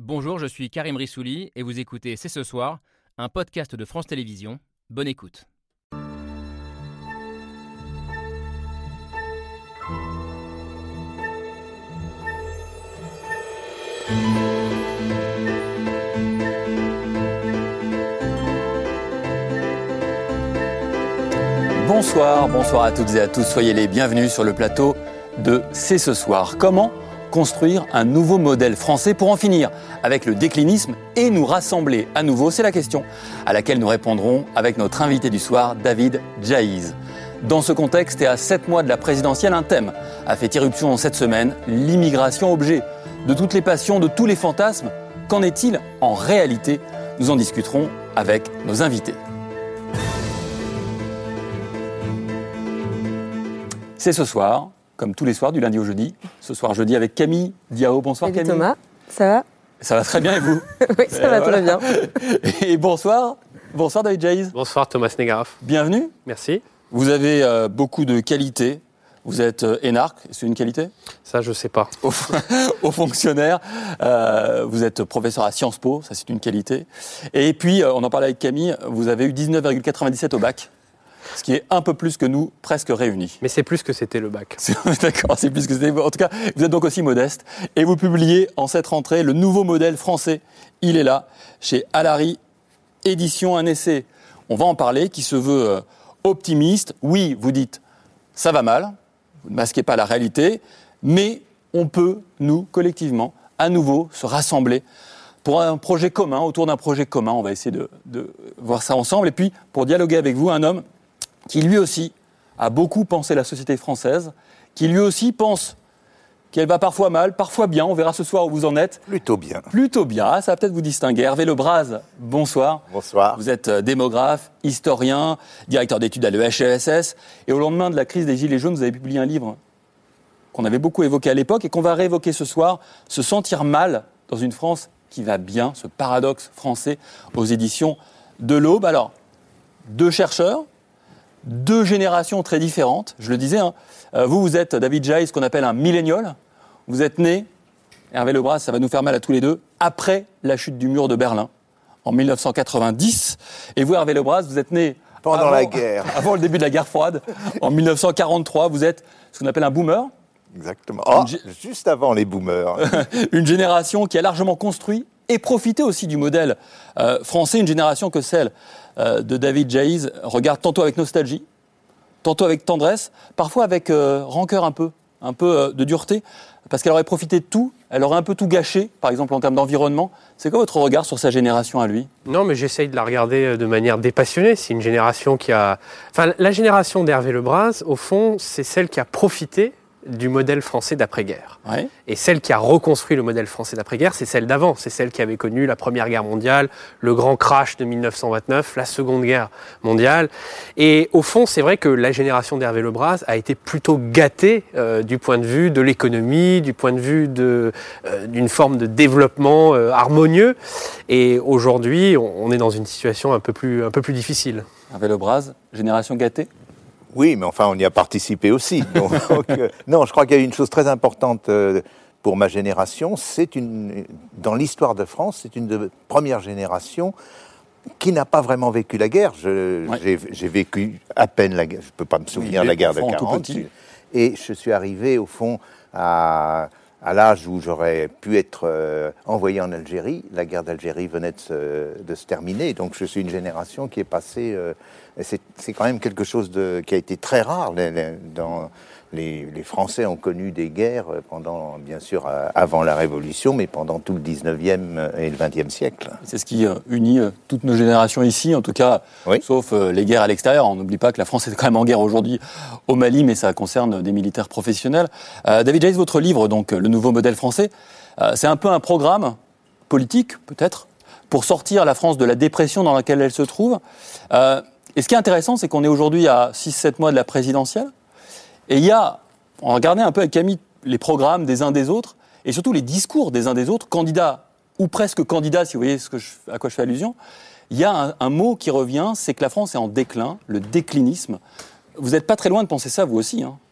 Bonjour, je suis Karim Rissouli et vous écoutez C'est ce soir, un podcast de France Télévisions. Bonne écoute. Bonsoir à toutes et à tous. Soyez les bienvenus sur le plateau de C'est ce soir. Comment construire un nouveau modèle français pour en finir avec le déclinisme et nous rassembler à nouveau? C'est la question à laquelle nous répondrons avec notre invité du soir, David Jaïz. Dans ce contexte et à 7 mois de la présidentielle, un thème a fait irruption cette semaine, l'immigration, objet de toutes les passions, de tous les fantasmes. Qu'en est-il en réalité? Nous en discuterons avec nos invités. C'est ce soir, comme tous les soirs, du lundi au jeudi. Ce soir, jeudi, avec Camille Diao. Bonsoir. Salut Camille. Thomas, ça va? Ça va très bien et vous? Oui, ça va très bien. Et bonsoir David Jaïz. Bonsoir Thomas Negaroff. Bienvenue. Merci. Vous avez beaucoup de qualités. Vous êtes énarque, c'est une qualité? Ça, je sais pas. Haut fonctionnaire. Vous êtes professeur à Sciences Po, ça c'est une qualité. Et puis, on en parlait avec Camille, vous avez eu 19,97 au bac. Ce qui est un peu plus que nous, presque réunis. Mais c'est plus que c'était le bac. D'accord, c'est plus que c'était. En tout cas, vous êtes donc aussi modeste. Et vous publiez en cette rentrée le nouveau modèle français. Il est là, chez Alary Éditions, un essai. On va en parler, qui se veut optimiste. Oui, vous dites, ça va mal. Vous ne masquez pas la réalité. Mais on peut, nous, collectivement, à nouveau, se rassembler pour un projet commun, autour d'un projet commun. On va essayer de voir ça ensemble. Et puis, pour dialoguer avec vous, un homme qui lui aussi a beaucoup pensé la société française, qui lui aussi pense qu'elle va parfois mal, parfois bien. On verra ce soir où vous en êtes. Plutôt bien. Plutôt bien, ah, ça va peut-être vous distinguer. Hervé Lebras, bonsoir. Bonsoir. Vous êtes démographe, historien, directeur d'études à l'EHESS. Et au lendemain de la crise des Gilets jaunes, vous avez publié un livre qu'on avait beaucoup évoqué à l'époque et qu'on va réévoquer ce soir, Se sentir mal dans une France qui va bien, ce paradoxe français, aux éditions de l'Aube. Alors, 2 chercheurs, 2 générations très différentes, je le disais. Vous êtes, David Jaïz, ce qu'on appelle un millénial. Vous êtes né, Hervé Lebras, ça va nous faire mal à tous les deux, après la chute du mur de Berlin, en 1990. Et vous, Hervé Lebras, vous êtes né pendant la guerre. Avant le début de la guerre froide, en 1943. Vous êtes ce qu'on appelle un boomer. Exactement. Juste avant les boomers. Une génération qui a largement construit et profité aussi du modèle français, une génération que celle de David Jaïz regarde tantôt avec nostalgie, tantôt avec tendresse, parfois avec rancœur un peu de dureté, parce qu'elle aurait profité de tout, elle aurait un peu tout gâché, par exemple en termes d'environnement. C'est quoi votre regard sur sa génération à lui? Non, mais j'essaye de la regarder de manière dépassionnée. C'est une génération qui a... Enfin, la génération d'Hervé Lebras, au fond, c'est celle qui a profité du modèle français d'après-guerre. Ouais. Et celle qui a reconstruit le modèle français d'après-guerre, c'est celle d'avant. C'est celle qui avait connu la Première Guerre mondiale, le grand crash de 1929, la Seconde Guerre mondiale. Et au fond, c'est vrai que la génération d'Hervé Lebras a été plutôt gâtée du point de vue de l'économie, du point de vue d'une forme de développement harmonieux. Et aujourd'hui, on est dans une situation un peu plus difficile. Hervé Lebras, génération gâtée? Oui, mais enfin, on y a participé aussi. Non, je crois qu'il y a une chose très importante pour ma génération. Dans l'histoire de France, c'est une des premières générations qui n'a pas vraiment vécu la guerre. J'ai vécu à peine la guerre. Je ne peux pas me souvenir de la guerre de 40. Et je suis arrivé, au fond, à l'âge où j'aurais pu être envoyé en Algérie. La guerre d'Algérie venait de se terminer. Donc, je suis une génération qui est passée... c'est quand même quelque chose qui a été très rare. Les Français ont connu des guerres pendant, bien sûr, avant la Révolution, mais pendant tout le 19e et le 20e siècle. C'est ce qui unit toutes nos générations ici, en tout cas, oui. Sauf les guerres à l'extérieur. On n'oublie pas que la France est quand même en guerre aujourd'hui au Mali, mais ça concerne des militaires professionnels. David Jaïz, votre livre, donc Le nouveau modèle français, c'est un peu un programme politique, peut-être, pour sortir la France de la dépression dans laquelle elle se trouve. Et ce qui est intéressant, c'est qu'on est aujourd'hui à 6-7 mois de la présidentielle. Et on regardait un peu avec Camille les programmes des uns des autres, et surtout les discours des uns des autres, candidats ou presque candidats, si vous voyez à quoi je fais allusion. Il y a un mot qui revient, c'est que la France est en déclin, le déclinisme. Vous n'êtes pas très loin de penser ça, vous aussi, hein?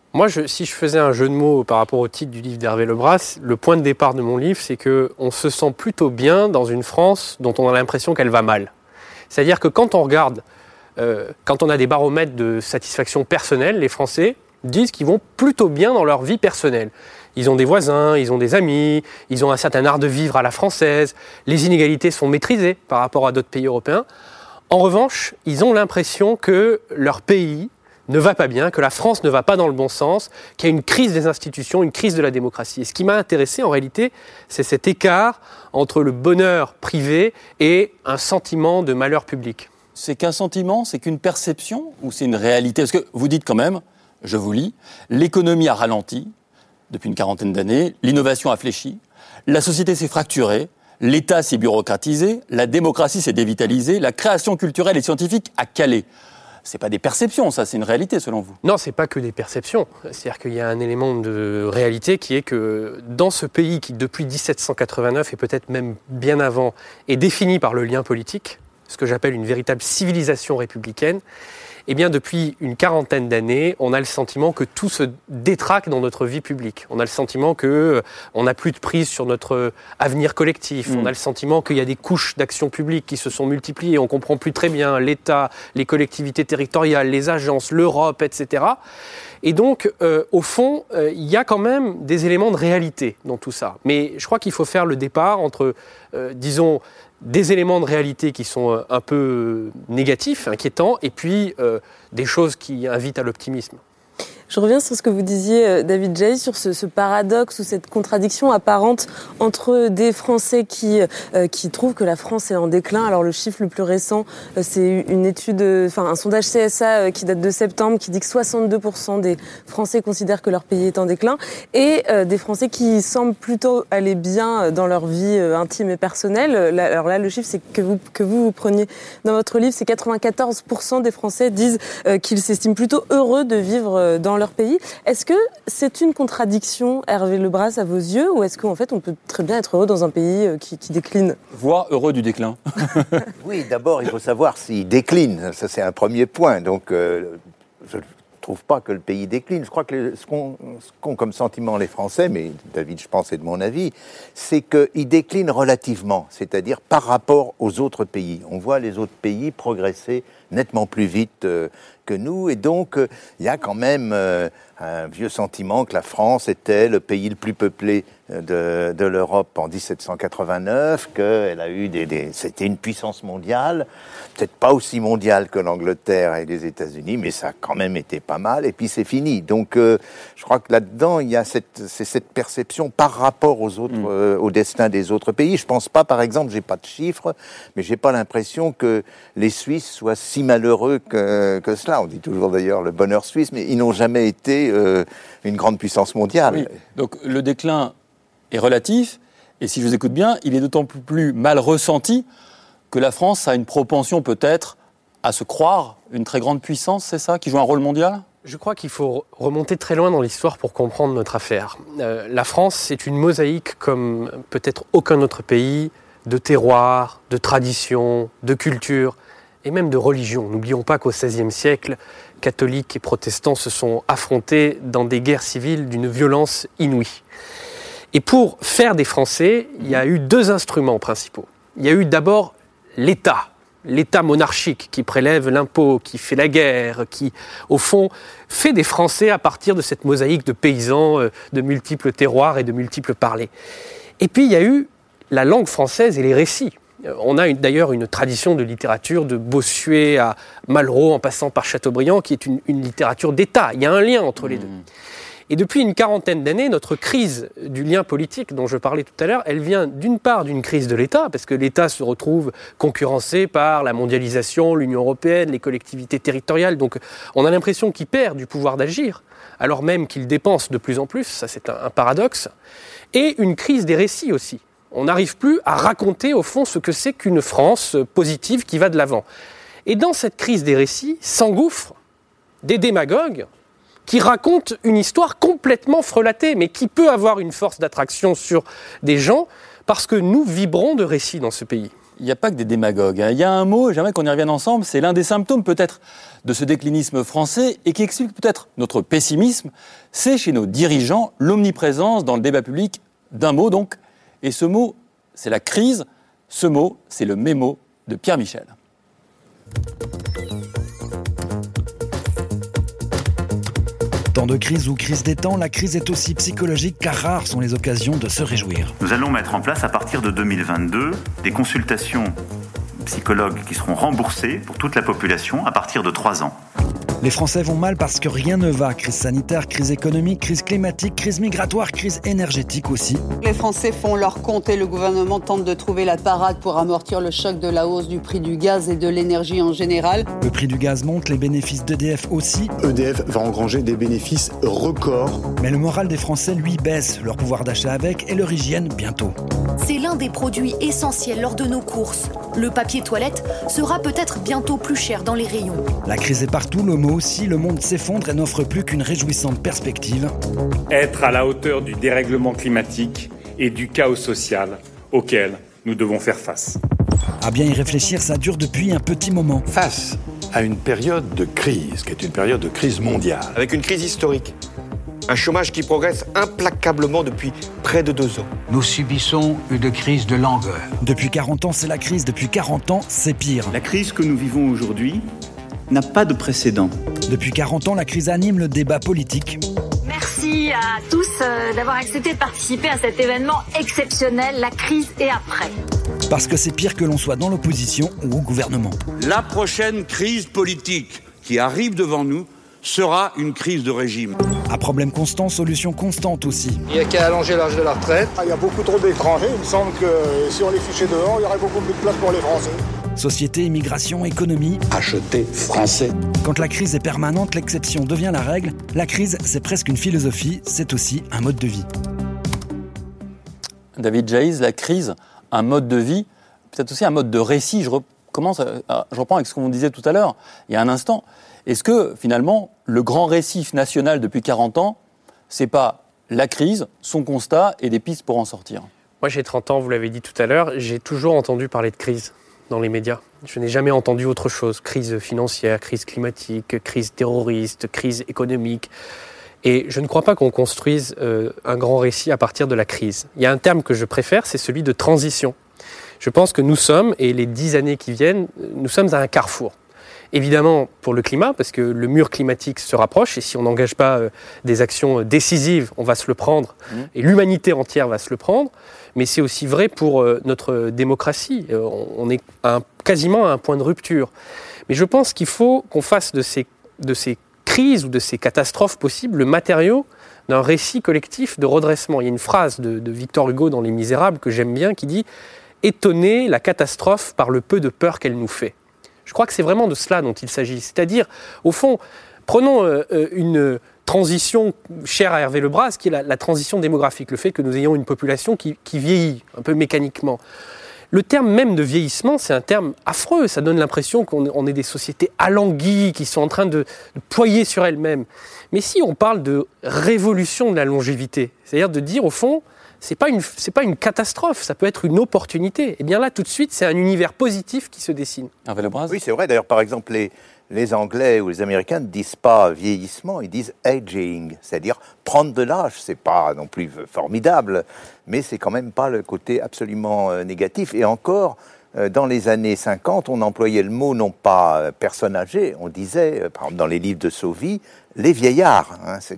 Moi, si je faisais un jeu de mots par rapport au titre du livre d'Hervé Lebras, le point de départ de mon livre, c'est qu'on se sent plutôt bien dans une France dont on a l'impression qu'elle va mal. C'est-à-dire que quand on regarde, quand on a des baromètres de satisfaction personnelle, les Français disent qu'ils vont plutôt bien dans leur vie personnelle. Ils ont des voisins, ils ont des amis, ils ont un certain art de vivre à la française, les inégalités sont maîtrisées par rapport à d'autres pays européens. En revanche, ils ont l'impression que leur pays ne va pas bien, que la France ne va pas dans le bon sens, qu'il y a une crise des institutions, une crise de la démocratie. Et ce qui m'a intéressé, en réalité, c'est cet écart entre le bonheur privé et un sentiment de malheur public. C'est qu'un sentiment, c'est qu'une perception ou c'est une réalité? Parce que vous dites quand même, je vous lis, l'économie a ralenti depuis une quarantaine d'années, l'innovation a fléchi, la société s'est fracturée, l'État s'est bureaucratisé, la démocratie s'est dévitalisée, la création culturelle et scientifique a calé. C'est pas des perceptions, ça, c'est une réalité selon vous? Non, c'est pas que des perceptions. C'est-à-dire qu'il y a un élément de réalité qui est que dans ce pays qui, depuis 1789 et peut-être même bien avant, est défini par le lien politique, ce que j'appelle une véritable civilisation républicaine, eh bien, depuis une quarantaine d'années, on a le sentiment que tout se détraque dans notre vie publique. On a le sentiment qu'on n'a plus de prise sur notre avenir collectif. On a le sentiment qu'il y a des couches d'action publique qui se sont multipliées. On ne comprend plus très bien l'État, les collectivités territoriales, les agences, l'Europe, etc. Et donc, au fond, il y a quand même des éléments de réalité dans tout ça. Mais je crois qu'il faut faire le départ entre, disons, des éléments de réalité qui sont un peu négatifs, inquiétants, et puis des choses qui invitent à l'optimisme. Je reviens sur ce que vous disiez, David Jay, sur ce paradoxe ou cette contradiction apparente entre des Français qui trouvent que la France est en déclin. Alors le chiffre le plus récent, c'est une étude, un sondage CSA qui date de septembre, qui dit que 62% des Français considèrent que leur pays est en déclin, et des Français qui semblent plutôt aller bien dans leur vie intime et personnelle. Alors là, le chiffre, c'est que vous preniez dans votre livre, c'est 94% des Français disent qu'ils s'estiment plutôt heureux de vivre dans leur pays. Est-ce que c'est une contradiction, Hervé Lebras, à vos yeux, ou est-ce qu'en fait on peut très bien être heureux dans un pays qui décline? Voire heureux du déclin. Oui, d'abord il faut savoir s'il décline, ça c'est un premier point. Donc je ne trouve pas que le pays décline. Je crois que ce qu'ont comme sentiment les Français, mais David je pense est de mon avis, c'est qu'ils déclinent relativement, c'est-à-dire par rapport aux autres pays. On voit les autres pays progresser nettement plus vite que nous, et donc il y a quand même un vieux sentiment que la France était le pays le plus peuplé de l'Europe en 1789, qu'elle a eu c'était une puissance mondiale, peut-être pas aussi mondiale que l'Angleterre et les États-Unis, mais ça a quand même été pas mal, et puis c'est fini. Donc je crois que là-dedans, il y a cette perception par rapport aux autres, au destin des autres pays. Je pense pas, par exemple, j'ai pas de chiffres, mais j'ai pas l'impression que les Suisses soient si malheureux que cela. On dit toujours d'ailleurs le bonheur suisse, mais ils n'ont jamais été une grande puissance mondiale. Oui. Donc le déclin est relatif, et si je vous écoute bien, il est d'autant plus mal ressenti que la France a une propension peut-être à se croire une très grande puissance, c'est ça, qui joue un rôle mondial? Je crois qu'il faut remonter très loin dans l'histoire pour comprendre notre affaire. La France, c'est une mosaïque comme peut-être aucun autre pays, de terroir, de tradition, de culture et même de religion. N'oublions pas qu'au XVIe siècle, catholiques et protestants se sont affrontés dans des guerres civiles d'une violence inouïe. Et pour faire des Français, il y a eu deux instruments principaux. Il y a eu d'abord l'État monarchique qui prélève l'impôt, qui fait la guerre, qui, au fond, fait des Français à partir de cette mosaïque de paysans, de multiples terroirs et de multiples parlers. Et puis, il y a eu la langue française et les récits. On a d'ailleurs une tradition de littérature de Bossuet à Malraux, en passant par Chateaubriand, qui est une littérature d'État. Il y a un lien entre les deux. Et depuis une quarantaine d'années, notre crise du lien politique dont je parlais tout à l'heure, elle vient d'une part d'une crise de l'État, parce que l'État se retrouve concurrencé par la mondialisation, l'Union européenne, les collectivités territoriales. Donc on a l'impression qu'il perd du pouvoir d'agir, alors même qu'il dépense de plus en plus, ça c'est un paradoxe. Et une crise des récits aussi. On n'arrive plus à raconter au fond ce que c'est qu'une France positive qui va de l'avant. Et dans cette crise des récits s'engouffrent des démagogues qui racontent une histoire complètement frelatée, mais qui peut avoir une force d'attraction sur des gens, parce que nous vibrons de récits dans ce pays. Il n'y a pas que des démagogues. Il y a un mot, j'aimerais qu'on y revienne ensemble, c'est l'un des symptômes peut-être de ce déclinisme français et qui explique peut-être notre pessimisme. C'est chez nos dirigeants l'omniprésence dans le débat public d'un mot donc. Et ce mot, c'est la crise. Ce mot, c'est le mémo de Pierre Michel. Temps de crise ou crise des temps, la crise est aussi psychologique car rares sont les occasions de se réjouir. Nous allons mettre en place à partir de 2022 des consultations psychologues qui seront remboursées pour toute la population à partir de 3 ans. Les Français vont mal parce que rien ne va. Crise sanitaire, crise économique, crise climatique, crise migratoire, crise énergétique aussi. Les Français font leur compte et le gouvernement tente de trouver la parade pour amortir le choc de la hausse du prix du gaz et de l'énergie en général. Le prix du gaz monte, les bénéfices d'EDF aussi. EDF va engranger des bénéfices records. Mais le moral des Français, lui, baisse. Leur pouvoir d'achat avec et leur hygiène bientôt. C'est l'un des produits essentiels lors de nos courses. Le papier toilette sera peut-être bientôt plus cher dans les rayons. La crise est partout, le mot aussi, le monde s'effondre et n'offre plus qu'une réjouissante perspective. Être à la hauteur du dérèglement climatique et du chaos social auquel nous devons faire face. À bien y réfléchir, ça dure depuis un petit moment. Face à une période de crise, qui est une période de crise mondiale. Avec une crise historique. Un chômage qui progresse implacablement depuis près de 2 ans. Nous subissons une crise de langueur. Depuis 40 ans, c'est la crise. Depuis 40 ans, c'est pire. La crise que nous vivons aujourd'hui n'a pas de précédent. Depuis 40 ans, la crise anime le débat politique. Merci à tous d'avoir accepté de participer à cet événement exceptionnel, la crise et après. Parce que c'est pire que l'on soit dans l'opposition ou au gouvernement. La prochaine crise politique qui arrive devant nous sera une crise de régime. À problème constant, solution constante aussi. Il n'y a qu'à allonger l'âge de la retraite. Il y a beaucoup trop d'étrangers. Il me semble que si on les fichait dehors, il y aurait beaucoup plus de place pour les Français. Société, immigration, économie. Acheter français. Quand la crise est permanente, l'exception devient la règle. La crise, c'est presque une philosophie, c'est aussi un mode de vie. David Jaïs, la crise, un mode de vie, peut-être aussi un mode de récit. Je reprends avec ce qu'on disait tout à l'heure, il y a un instant. Est-ce que, finalement, le grand récit national depuis 40 ans, c'est pas la crise, son constat et des pistes pour en sortir ? Moi, j'ai 30 ans, vous l'avez dit tout à l'heure, j'ai toujours entendu parler de crise dans les médias. Je n'ai jamais entendu autre chose. Crise financière, crise climatique, crise terroriste, crise économique. Et je ne crois pas qu'on construise un grand récit à partir de la crise. Il y a un terme que je préfère, c'est celui de transition. Je pense que nous sommes, et les 10 années qui viennent, nous sommes à un carrefour. Évidemment pour le climat, parce que le mur climatique se rapproche, et si on n'engage pas des actions décisives, on va se le prendre, et l'humanité entière va se le prendre. Mais c'est aussi vrai pour notre démocratie. On est quasiment à un point de rupture. Mais je pense qu'il faut qu'on fasse de ces crises ou de ces catastrophes possibles le matériau d'un récit collectif de redressement. Il y a une phrase de Victor Hugo dans Les Misérables que j'aime bien qui dit « Étonner la catastrophe par le peu de peur qu'elle nous fait ». Je crois que c'est vraiment de cela dont il s'agit. C'est-à-dire, au fond, prenons une transition chère à Hervé Lebras, qui est la transition démographique, le fait que nous ayons une population qui vieillit un peu mécaniquement. Le terme même de vieillissement, c'est un terme affreux. Ça donne l'impression qu'on est des sociétés alanguies, qui sont en train de ployer sur elles-mêmes. Mais si on parle de révolution de la longévité, c'est-à-dire de dire, au fond, c'est pas une catastrophe, ça peut être une opportunité. Et bien là, tout de suite, c'est un univers positif qui se dessine. Hervé Lebras ? Oui, c'est vrai. D'ailleurs, par exemple, les Anglais ou les Américains ne disent pas vieillissement, ils disent aging, c'est-à-dire prendre de l'âge. C'est pas non plus formidable, mais c'est quand même pas le côté absolument négatif. Et encore, dans les années 50, on employait le mot non pas personne âgée, on disait, par exemple dans les livres de Sauvy, les vieillards.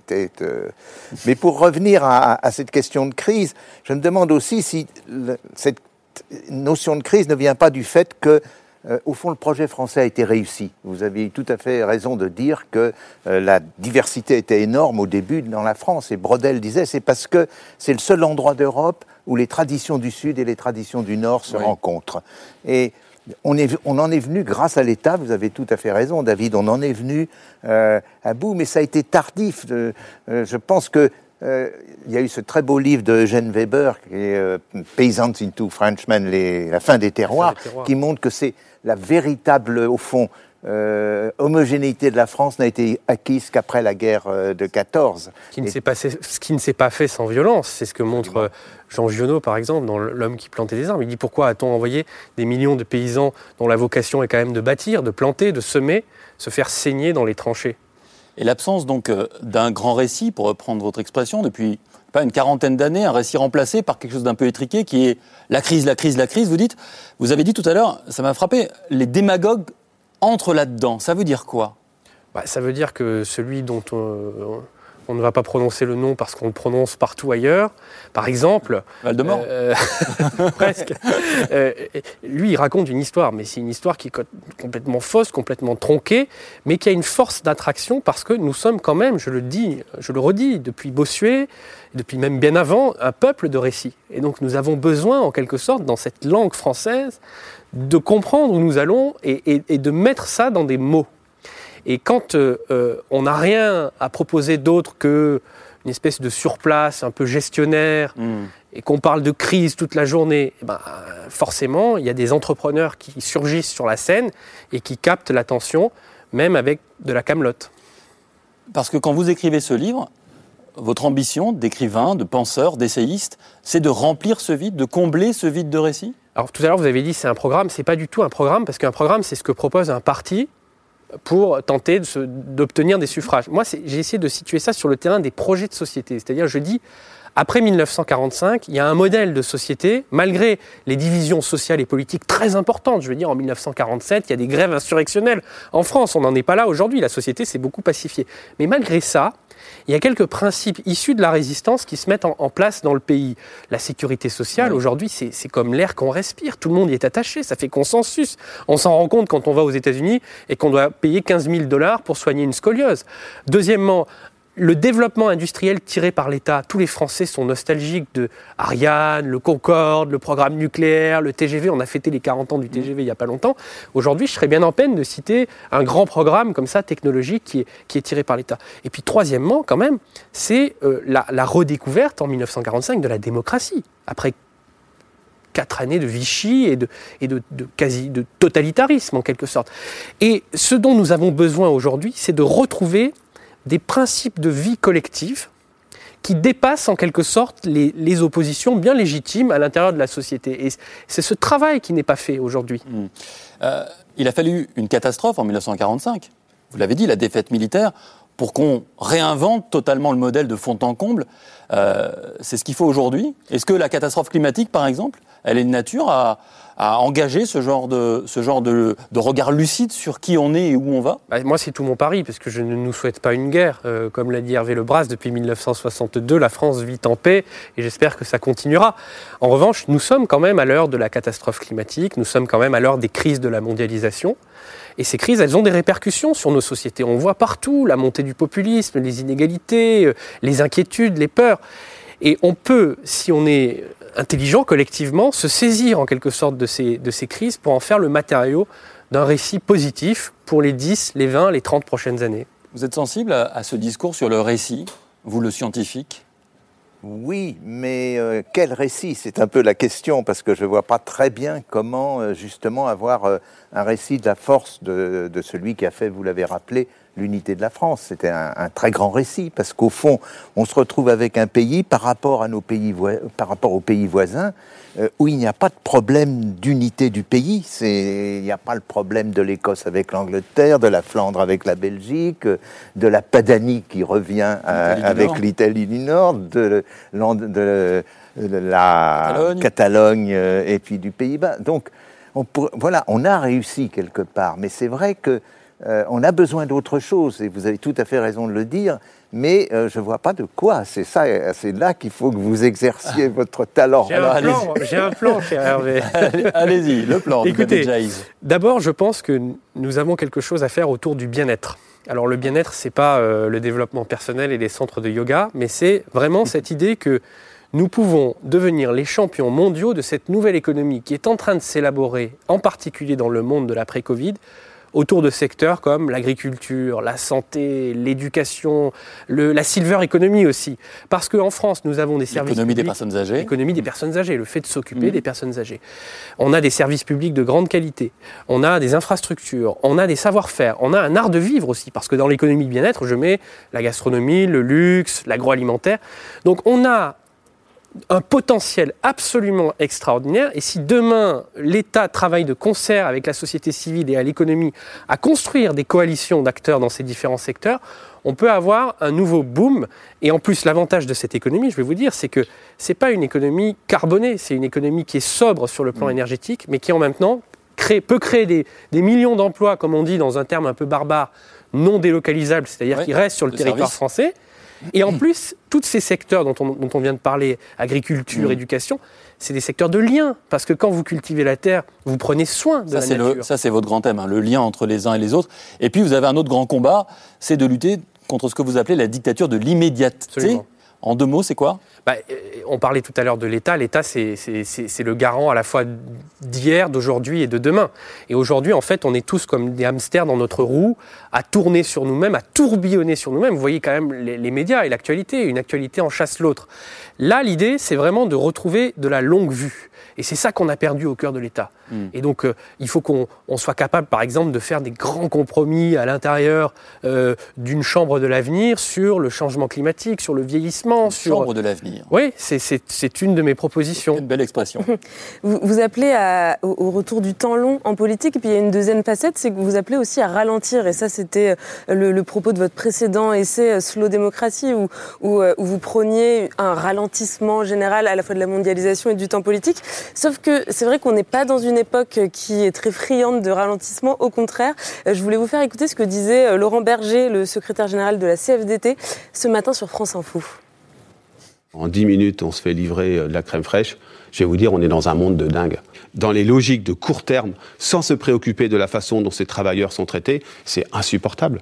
Mais pour revenir à cette question de crise, je me demande aussi si cette notion de crise ne vient pas du fait que au fond, le projet français a été réussi. Vous avez tout à fait raison de dire que la diversité était énorme au début dans la France. Et Brodel disait, c'est parce que c'est le seul endroit d'Europe où les traditions du Sud et les traditions du Nord se rencontrent. Et on en est venu, grâce à l'État, vous avez tout à fait raison, David, on en est venu à bout, mais ça a été tardif. Je pense que il y a eu ce très beau livre de Eugène Weber, qui est Peasants into Frenchmen, la fin des terroirs, qui montre que c'est la véritable, au fond, homogénéité de la France n'a été acquise qu'après la guerre de 14. Ce qui ne s'est pas fait sans violence, c'est ce que montre Jean Giono, par exemple, dans L'homme qui plantait des arbres. Il dit pourquoi a-t-on envoyé des millions de paysans dont la vocation est quand même de bâtir, de planter, de semer, se faire saigner dans les tranchées? Et l'absence donc d'un grand récit, pour reprendre votre expression, depuis une quarantaine d'années, un récit remplacé par quelque chose d'un peu étriqué qui est la crise, vous avez dit tout à l'heure, ça m'a frappé, les démagogues entrent là-dedans. Ça veut dire quoi ? Ça veut dire que celui dont on ne va pas prononcer le nom parce qu'on le prononce partout ailleurs, par exemple... Val-de-Mort presque. Lui, il raconte une histoire, mais c'est une histoire qui est complètement fausse, complètement tronquée, mais qui a une force d'attraction parce que nous sommes quand même, je le redis, depuis Bossuet, depuis même bien avant, un peuple de récits. Et donc nous avons besoin, en quelque sorte, dans cette langue française, de comprendre où nous allons et de mettre ça dans des mots. Et quand on n'a rien à proposer d'autre qu'une espèce de surplace un peu gestionnaire et qu'on parle de crise toute la journée, forcément, il y a des entrepreneurs qui surgissent sur la scène et qui captent l'attention, même avec de la camelote. Parce que quand vous écrivez ce livre, votre ambition d'écrivain, de penseur, d'essayiste, c'est de remplir ce vide, de combler ce vide de récit ? Alors tout à l'heure, vous avez dit c'est un programme. C'est pas du tout un programme, parce qu'un programme, c'est ce que propose un parti pour tenter d'obtenir des suffrages. Moi, j'ai essayé de situer ça sur le terrain des projets de société. C'est-à-dire, je dis, après 1945, il y a un modèle de société, malgré les divisions sociales et politiques très importantes. Je veux dire, en 1947, il y a des grèves insurrectionnelles en France. On n'en est pas là aujourd'hui. La société s'est beaucoup pacifiée. Mais malgré ça, il y a quelques principes issus de la résistance qui se mettent en place dans le pays. La sécurité sociale, aujourd'hui, c'est comme l'air qu'on respire. Tout le monde y est attaché, ça fait consensus. On s'en rend compte quand on va aux États-Unis et qu'on doit payer 15 000 $ pour soigner une scoliose. Deuxièmement, le développement industriel tiré par l'État. Tous les Français sont nostalgiques de Ariane, le Concorde, le programme nucléaire, le TGV. On a fêté les 40 ans du TGV il n'y a pas longtemps. Aujourd'hui, je serais bien en peine de citer un grand programme comme ça, technologique, qui est tiré par l'État. Et puis, troisièmement, quand même, c'est la redécouverte en 1945 de la démocratie. Après 4 années de Vichy et de totalitarisme, en quelque sorte. Et ce dont nous avons besoin aujourd'hui, c'est de retrouver des principes de vie collective qui dépassent en quelque sorte les oppositions bien légitimes à l'intérieur de la société. Et c'est ce travail qui n'est pas fait aujourd'hui. Il a fallu une catastrophe en 1945, vous l'avez dit, la défaite militaire, pour qu'on réinvente totalement le modèle de fond en comble. C'est ce qu'il faut aujourd'hui. Est-ce que la catastrophe climatique, par exemple, elle est de nature à engager ce genre de regard lucide sur qui on est et où on va ? Moi, c'est tout mon pari, parce que je ne nous souhaite pas une guerre. Comme l'a dit Hervé Lebras, depuis 1962, la France vit en paix, et j'espère que ça continuera. En revanche, nous sommes quand même à l'heure de la catastrophe climatique, nous sommes quand même à l'heure des crises de la mondialisation. Et ces crises, elles ont des répercussions sur nos sociétés. On voit partout la montée du populisme, les inégalités, les inquiétudes, les peurs. Et on peut, si on est intelligent collectivement, se saisir en quelque sorte de ces crises pour en faire le matériau d'un récit positif pour les 10, les 20, les 30 prochaines années. Vous êtes sensible à ce discours sur le récit, vous le scientifique ? Oui, mais quel récit ? C'est un peu la question, parce que je ne vois pas très bien comment justement avoir un récit de la force de celui qui a fait, vous l'avez rappelé, l'unité de la France. C'était un très grand récit, parce qu'au fond, on se retrouve avec un pays par rapport aux pays voisins, où il n'y a pas de problème d'unité du pays. Il n'y a pas le problème de l'Écosse avec l'Angleterre, de la Flandre avec la Belgique, de la Padanie qui revient avec l'Italie du Nord, de la Catalogne et puis du Pays-Bas. Donc, on a réussi quelque part, mais c'est vrai que on a besoin d'autre chose, et vous avez tout à fait raison de le dire, mais je ne vois pas de quoi. C'est là qu'il faut que vous exerciez votre talent. J'ai un plan, cher Hervé. Allez-y, le plan. Écoutez, d'abord, je pense que nous avons quelque chose à faire autour du bien-être. Alors, le bien-être, ce n'est pas le développement personnel et les centres de yoga, mais c'est vraiment cette idée que nous pouvons devenir les champions mondiaux de cette nouvelle économie qui est en train de s'élaborer, en particulier dans le monde de l'après-Covid, autour de secteurs comme l'agriculture, la santé, l'éducation, la silver economy aussi. Parce qu'en France, nous avons des services l'économie publics, des personnes âgées. L'économie des personnes âgées, le fait de s'occuper des personnes âgées. On a des services publics de grande qualité, on a des infrastructures, on a des savoir-faire, on a un art de vivre aussi, parce que dans l'économie de bien-être, je mets la gastronomie, le luxe, l'agroalimentaire. Donc on a un potentiel absolument extraordinaire, et si demain l'État travaille de concert avec la société civile et à l'économie à construire des coalitions d'acteurs dans ces différents secteurs, on peut avoir un nouveau boom. Et en plus, l'avantage de cette économie, je vais vous dire, c'est que c'est pas une économie carbonée, c'est une économie qui est sobre sur le plan énergétique, mais qui en même temps peut créer des millions d'emplois, comme on dit dans un terme un peu barbare, non délocalisables, c'est-à-dire qui restent sur le territoire français. Et en plus, tous ces secteurs dont on vient de parler, agriculture, éducation, c'est des secteurs de lien. Parce que quand vous cultivez la terre, vous prenez soin de la nature. Ça, c'est votre grand thème, le lien entre les uns et les autres. Et puis, vous avez un autre grand combat, c'est de lutter contre ce que vous appelez la dictature de l'immédiateté. Absolument. En 2 mots, c'est quoi ? On parlait tout à l'heure de l'État. L'État, c'est le garant à la fois d'hier, d'aujourd'hui et de demain. Et aujourd'hui, en fait, on est tous comme des hamsters dans notre roue, à tourner sur nous-mêmes, à tourbillonner sur nous-mêmes. Vous voyez quand même les médias et l'actualité. Une actualité en chasse l'autre. Là, l'idée, c'est vraiment de retrouver de la longue vue. Et c'est ça qu'on a perdu au cœur de l'État. Et donc, il faut qu'on soit capable, par exemple, de faire des grands compromis à l'intérieur d'une chambre de l'avenir sur le changement climatique, sur le vieillissement. Chambre de l'avenir. Oui, c'est une de mes propositions. Une belle expression. Vous appelez au retour du temps long en politique, et puis il y a une deuxième facette, c'est que vous appelez aussi à ralentir. Et ça, c'était le propos de votre précédent essai Slow Démocratie, où vous prôniez un ralentissement général à la fois de la mondialisation et du temps politique. Sauf que c'est vrai qu'on n'est pas dans une époque qui est très friande de ralentissement. Au contraire, je voulais vous faire écouter ce que disait Laurent Berger, le secrétaire général de la CFDT, ce matin sur France Info. En 10 minutes, on se fait livrer de la crème fraîche. Je vais vous dire, on est dans un monde de dingue. Dans les logiques de court terme, sans se préoccuper de la façon dont ces travailleurs sont traités, c'est insupportable.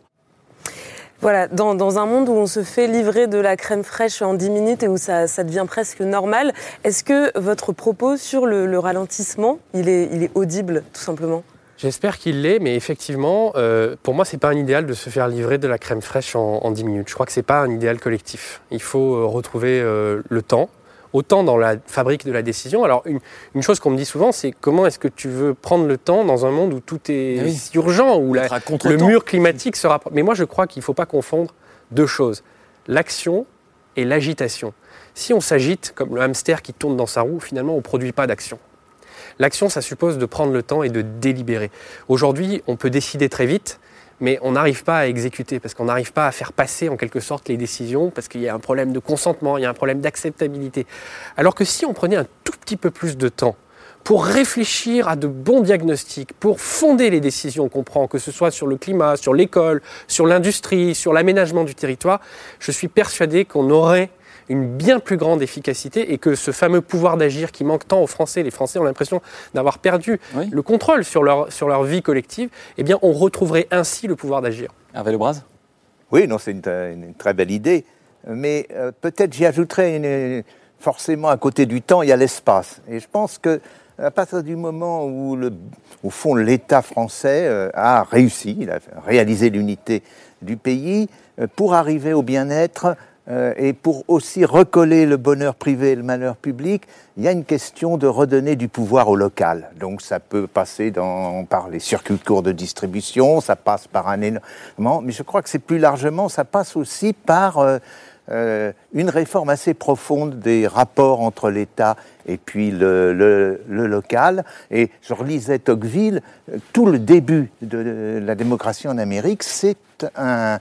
Voilà, dans un monde où on se fait livrer de la crème fraîche en 10 minutes et où ça devient presque normal, est-ce que votre propos sur le ralentissement, il est audible, tout simplement ? J'espère qu'il l'est, mais effectivement, pour moi, c'est pas un idéal de se faire livrer de la crème fraîche en 10 minutes. Je crois que c'est pas un idéal collectif. Il faut retrouver le temps, autant dans la fabrique de la décision. Alors, une chose qu'on me dit souvent, c'est comment est-ce que tu veux prendre le temps dans un monde où tout est urgent, où le mur climatique sera... Mais moi, je crois qu'il ne faut pas confondre 2 choses, l'action et l'agitation. Si on s'agite, comme le hamster qui tourne dans sa roue, finalement, on ne produit pas d'action. L'action, ça suppose de prendre le temps et de délibérer. Aujourd'hui, on peut décider très vite, mais on n'arrive pas à exécuter, parce qu'on n'arrive pas à faire passer en quelque sorte les décisions, parce qu'il y a un problème de consentement, il y a un problème d'acceptabilité. Alors que si on prenait un tout petit peu plus de temps pour réfléchir à de bons diagnostics, pour fonder les décisions qu'on prend, que ce soit sur le climat, sur l'école, sur l'industrie, sur l'aménagement du territoire, je suis persuadé qu'on aurait une bien plus grande efficacité et que ce fameux pouvoir d'agir qui manque tant aux Français, les Français ont l'impression d'avoir perdu le contrôle sur leur vie collective, eh bien on retrouverait ainsi le pouvoir d'agir. Hervé Lebras ? Oui, non, c'est une très belle idée, mais peut-être j'y ajouterais forcément à côté du temps, il y a l'espace. Et je pense que à partir du moment où, au fond, l'État français a réussi, il a réalisé l'unité du pays, pour arriver au bien-être, et pour aussi recoller le bonheur privé et le malheur public, il y a une question de redonner du pouvoir au local. Donc ça peut passer par les circuits courts de distribution, ça passe par un énorme... Mais je crois que c'est plus largement, ça passe aussi par une réforme assez profonde des rapports entre l'État et puis le local. Et je relisais Tocqueville, tout le début de la démocratie en Amérique, c'est un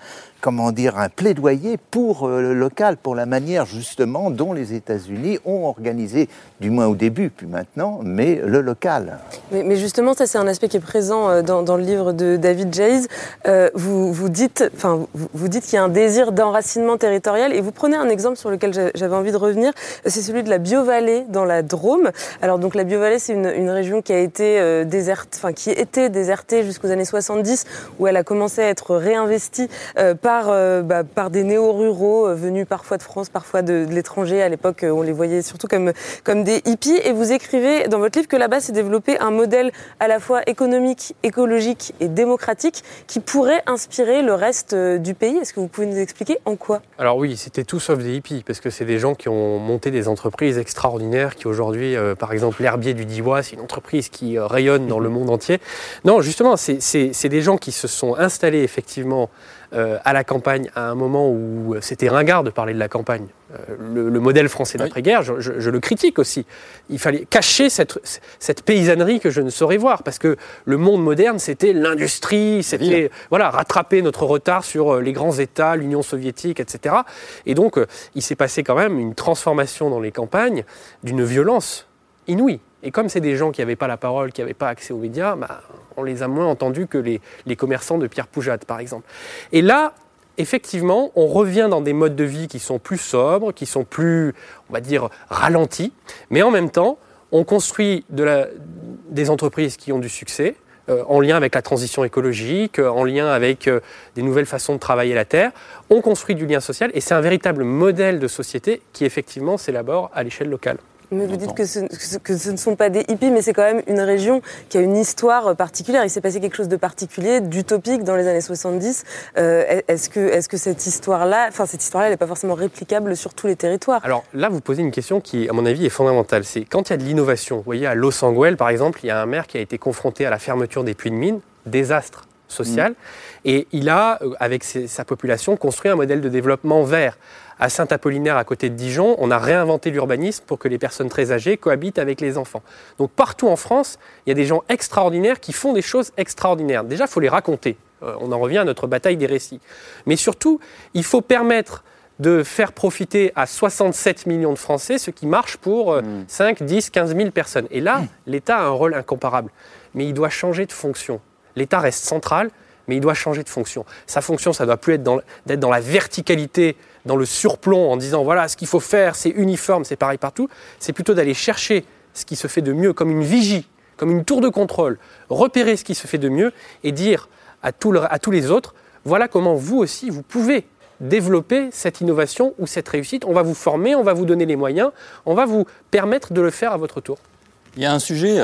plaidoyer pour le local, pour la manière justement dont les États-Unis ont organisé, du moins au début, puis maintenant, mais le local. Mais justement, ça c'est un aspect qui est présent dans le livre de David Jayes. Vous dites qu'il y a un désir d'enracinement territorial, et vous prenez un exemple sur lequel j'avais envie de revenir, c'est celui de la Biovallée dans la Drôme. Alors donc la Biovallée, c'est une région qui a été désertée jusqu'aux années 70, où elle a commencé à être réinvestie par des néo-ruraux venus parfois de France, parfois de l'étranger. À l'époque, on les voyait surtout comme des hippies. Et vous écrivez dans votre livre que là-bas s'est développé un modèle à la fois économique, écologique et démocratique qui pourrait inspirer le reste du pays. Est-ce que vous pouvez nous expliquer en quoi ? Alors oui, c'était tout sauf des hippies, parce que c'est des gens qui ont monté des entreprises extraordinaires, qui aujourd'hui, par exemple, l'herbier du Diois, c'est une entreprise qui rayonne dans le monde entier. Non, justement, c'est des gens qui se sont installés effectivement à la campagne à un moment où c'était ringard de parler de la campagne. Le modèle français d'après-guerre, je le critique aussi. Il fallait cacher cette paysannerie que je ne saurais voir, parce que le monde moderne, c'était l'industrie, c'était rattraper notre retard sur les grands États, l'Union soviétique, etc. Et donc, il s'est passé quand même une transformation dans les campagnes d'une violence inouïe. Et comme c'est des gens qui n'avaient pas la parole, qui n'avaient pas accès aux médias, on les a moins entendus que les commerçants de Pierre Poujade, par exemple. Et là, effectivement, on revient dans des modes de vie qui sont plus sobres, qui sont plus, on va dire, ralentis. Mais en même temps, on construit des entreprises qui ont du succès, en lien avec la transition écologique, en lien avec des nouvelles façons de travailler la terre. On construit du lien social et c'est un véritable modèle de société qui, effectivement, s'élabore à l'échelle locale. Mais vous dites que ce ne sont pas des hippies, mais c'est quand même une région qui a une histoire particulière. Il s'est passé quelque chose de particulier, d'utopique dans les années 70. Est-ce que cette histoire-là, elle n'est pas forcément réplicable sur tous les territoires ? Alors là, vous posez une question qui, à mon avis, est fondamentale. C'est quand il y a de l'innovation. Vous voyez, à Loos-Anguel, par exemple, il y a un maire qui a été confronté à la fermeture des puits de mines, désastre social, et il a, avec sa population, construit un modèle de développement vert. À Saint-Apollinaire, à côté de Dijon, on a réinventé l'urbanisme pour que les personnes très âgées cohabitent avec les enfants. Donc partout en France, il y a des gens extraordinaires qui font des choses extraordinaires. Déjà, il faut les raconter. On en revient à notre bataille des récits. Mais surtout, il faut permettre de faire profiter à 67 millions de Français ce qui marche pour 5, 10, 15 000 personnes. Et là, l'État a un rôle incomparable. Mais il doit changer de fonction. L'État reste central, mais il doit changer de fonction. Sa fonction, ça ne doit plus être d'être dans la verticalité, dans le surplomb, en disant voilà, ce qu'il faut faire, c'est uniforme, c'est pareil partout. C'est plutôt d'aller chercher ce qui se fait de mieux, comme une vigie, comme une tour de contrôle, repérer ce qui se fait de mieux et dire à tous les autres, voilà comment vous aussi, vous pouvez développer cette innovation ou cette réussite. On va vous former, on va vous donner les moyens, on va vous permettre de le faire à votre tour. Il y a un sujet...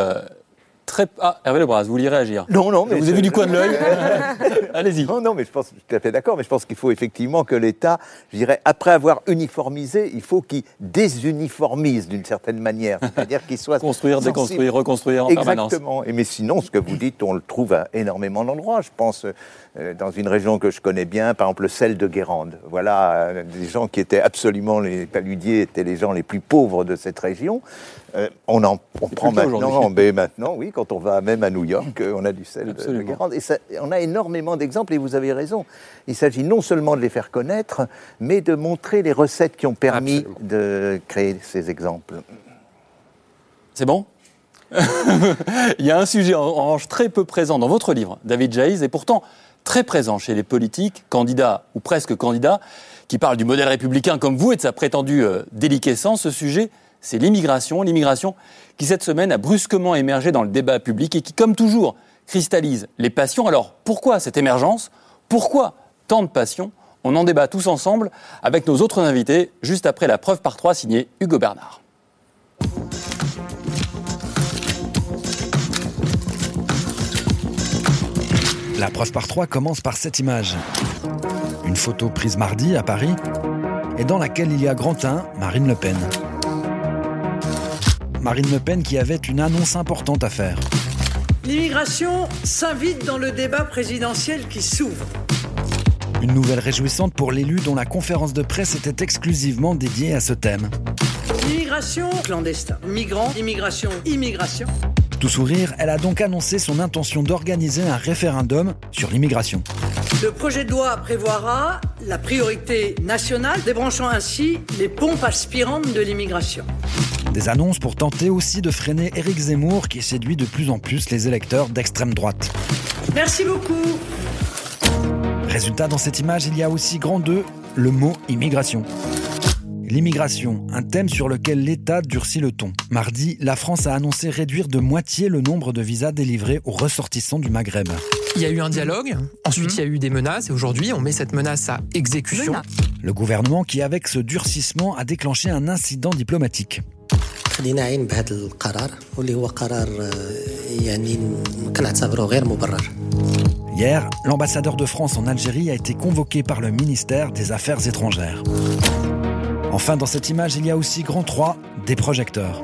Hervé Lebras, vous vouliez réagir ? Non, mais... Vous avez vu du coin de l'œil ? Allez-y. Non, mais je suis tout à fait d'accord, mais je pense qu'il faut effectivement que l'État, je dirais, après avoir uniformisé, il faut qu'il désuniformise d'une certaine manière, c'est-à-dire qu'il soit construire, sensible. Déconstruire, reconstruire en permanence. Exactement. Mais sinon, ce que vous dites, on le trouve à énormément d'endroits. Je pense dans une région que je connais bien, par exemple le sel de Guérande. Voilà, des gens qui étaient absolument, les paludiers étaient les gens les plus pauvres de cette région. On prend maintenant, oui, quand on va même à New York, on a du sel de Guérande. Et ça, on a énormément d'exemples, et vous avez raison. Il s'agit non seulement de les faire connaître, mais de montrer les recettes qui ont permis de créer ces exemples. C'est bon ? Il y a un sujet en revanche très peu présent dans votre livre, David Jaïs, et pourtant très présent chez les politiques, candidats ou presque candidats, qui parlent du modèle républicain comme vous et de sa prétendue déliquescence. Ce sujet, c'est l'immigration qui cette semaine a brusquement émergé dans le débat public et qui, comme toujours, cristallise les passions. Alors, pourquoi cette émergence ? Pourquoi tant de passion ? On en débat tous ensemble avec nos autres invités, juste après la preuve par 3 signée Hugo Bernard. La preuve par 3 commence par cette image. Une photo prise mardi à Paris et dans laquelle il y a grand 1, Marine Le Pen. Marine Le Pen qui avait une annonce importante à faire. L'immigration s'invite dans le débat présidentiel qui s'ouvre. Une nouvelle réjouissante pour l'élu dont la conférence de presse était exclusivement dédiée à ce thème. L'immigration clandestine, migrants, immigration. Tout sourire, elle a donc annoncé son intention d'organiser un référendum sur l'immigration. Le projet de loi prévoira la priorité nationale, débranchant ainsi les pompes aspirantes de l'immigration. Des annonces pour tenter aussi de freiner Éric Zemmour qui séduit de plus en plus les électeurs d'extrême droite. Merci beaucoup. Résultat, dans cette image, il y a aussi grand 2, le mot immigration. L'immigration, un thème sur lequel l'État durcit le ton. Mardi, la France a annoncé réduire de moitié le nombre de visas délivrés aux ressortissants du Maghreb. Il y a eu un dialogue, ensuite il y a eu des menaces, et aujourd'hui on met cette menace à exécution. Le gouvernement qui, avec ce durcissement, a déclenché un incident diplomatique. خلينا نعين بهذا القرار واللي هو قرار يعني كنعتبره غير مبرر. Hier, l'ambassadeur de France en Algérie a été convoqué par le ministère des Affaires étrangères. Enfin, dans cette image, il y a aussi grand 3, des projecteurs.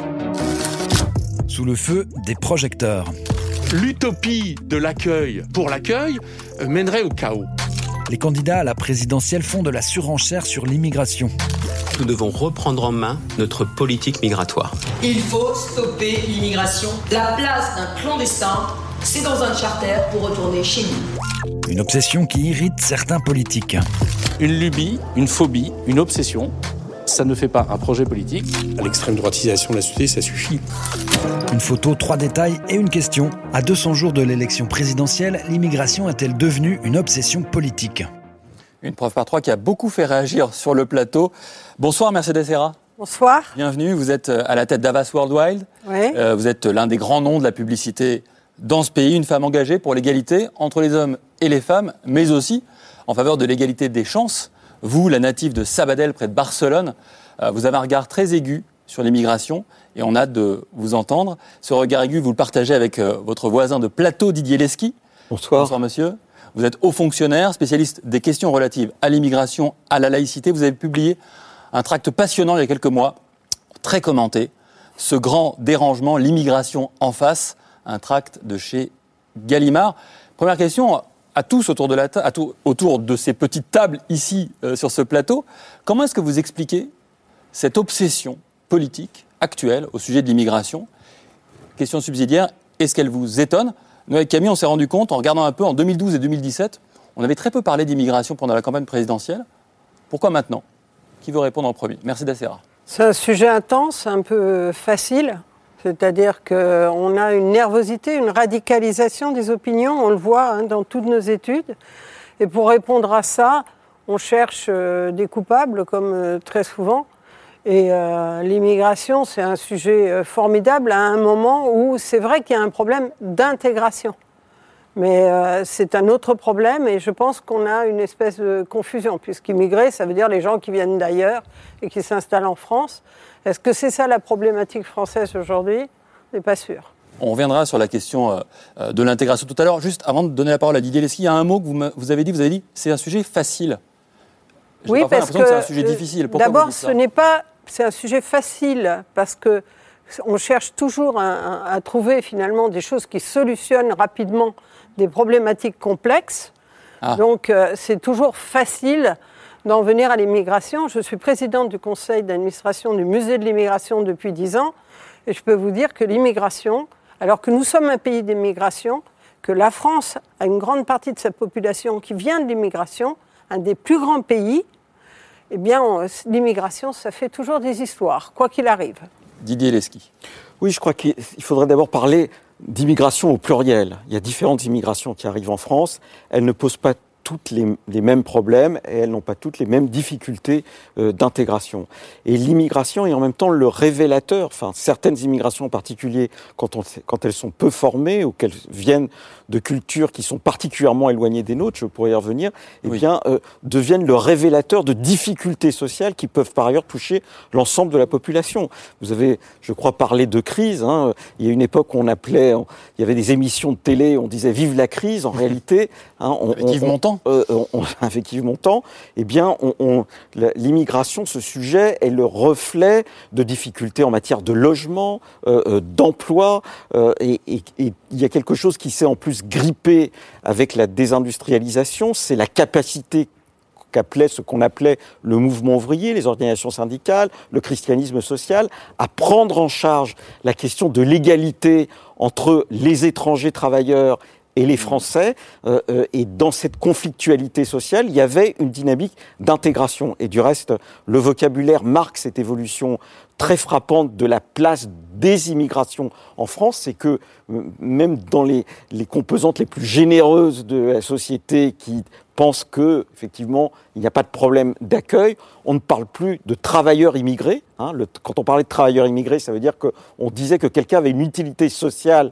Sous le feu, des projecteurs. L'utopie de l'accueil pour l'accueil mènerait au chaos. Les candidats à la présidentielle font de la surenchère sur l'immigration. Nous devons reprendre en main notre politique migratoire. Il faut stopper l'immigration. La place d'un clandestin, c'est dans un charter pour retourner chez nous. Une obsession qui irrite certains politiques. Une lubie, une phobie, une obsession, ça ne fait pas un projet politique. À l'extrême droitisation de la société, ça suffit. Une photo, 3 détails et une question. À 200 jours de l'élection présidentielle, l'immigration est-elle devenue une obsession politique ? Une preuve par 3 qui a beaucoup fait réagir sur le plateau. Bonsoir Mercedes Serra. Bonsoir. Bienvenue, vous êtes à la tête d'Avas Worldwide. Oui. Vous êtes l'un des grands noms de la publicité dans ce pays, une femme engagée pour l'égalité entre les hommes et les femmes, mais aussi en faveur de l'égalité des chances. Vous, la native de Sabadell, près de Barcelone, vous avez un regard très aigu sur l'immigration et on a hâte de vous entendre. Ce regard aigu, vous le partagez avec votre voisin de plateau, Didier Lesky. Bonsoir. Bonsoir monsieur. Vous êtes haut fonctionnaire, spécialiste des questions relatives à l'immigration, à la laïcité. Vous avez publié un tract passionnant il y a quelques mois, très commenté, Ce grand dérangement, l'immigration en face, un tract de chez Gallimard. Première question à tous autour de ces petites tables ici sur ce plateau. Comment est-ce que vous expliquez cette obsession politique actuelle au sujet de l'immigration ? Question subsidiaire, est-ce qu'elle vous étonne ? Nous, avec Camille, on s'est rendu compte, en regardant un peu, en 2012 et 2017, on avait très peu parlé d'immigration pendant la campagne présidentielle. Pourquoi maintenant ? Qui veut répondre en premier ? Mercedes Serra. C'est un sujet intense, un peu facile. C'est-à-dire qu'on a une nervosité, une radicalisation des opinions, on le voit dans toutes nos études. Et pour répondre à ça, on cherche des coupables, comme très souvent. Et l'immigration, c'est un sujet formidable à un moment où c'est vrai qu'il y a un problème d'intégration. Mais c'est un autre problème et je pense qu'on a une espèce de confusion, puisqu'immigrer, ça veut dire les gens qui viennent d'ailleurs et qui s'installent en France. Est-ce que c'est ça la problématique française aujourd'hui ? Je n'ai pas sûr. On reviendra sur la question de l'intégration tout à l'heure. Juste avant de donner la parole à Didier Lesky, il y a un mot que vous avez dit, c'est un sujet facile. J'ai oui, parce que c'est un sujet difficile. Pourquoi d'abord, c'est un sujet facile parce que on cherche toujours à trouver finalement des choses qui solutionnent rapidement des problématiques complexes. Donc, c'est toujours facile d'en venir à l'immigration. Je suis présidente du conseil d'administration du musée de l'immigration depuis 10 ans et je peux vous dire que l'immigration, alors que nous sommes un pays d'immigration, que la France a une grande partie de sa population qui vient de l'immigration, un des plus grands pays, eh bien, l'immigration, ça fait toujours des histoires, quoi qu'il arrive. Didier Lesky. Oui, je crois qu'il faudrait d'abord parler d'immigration au pluriel. Il y a différentes immigrations qui arrivent en France. Elles ne posent pas toutes les mêmes problèmes et elles n'ont pas toutes les mêmes difficultés d'intégration. Et l'immigration est en même temps le révélateur, certaines immigrations en particulier, quand elles sont peu formées ou qu'elles viennent de cultures qui sont particulièrement éloignées des nôtres, je pourrais y revenir, deviennent le révélateur de difficultés sociales qui peuvent par ailleurs toucher l'ensemble de la population. Vous avez, je crois, parlé de crise. Il y a une époque où il y avait des émissions de télé, on disait « Vive la crise ». En réalité, avec Yves Montand. Avec Yves Montand, l'immigration, ce sujet, est le reflet de difficultés en matière de logement, d'emploi, et il y a quelque chose qui s'est en plus grippé avec la désindustrialisation, c'est la capacité ce qu'on appelait le mouvement ouvrier, les organisations syndicales, le christianisme social, à prendre en charge la question de l'égalité entre les étrangers travailleurs et les Français, et dans cette conflictualité sociale, il y avait une dynamique d'intégration. Et du reste, le vocabulaire marque cette évolution très frappante de la place des immigrations en France, c'est que même dans les composantes les plus généreuses de la société qui pensent que, effectivement, il n'y a pas de problème d'accueil, on ne parle plus de travailleurs immigrés. Quand on parlait de travailleurs immigrés, ça veut dire qu'on disait que quelqu'un avait une utilité sociale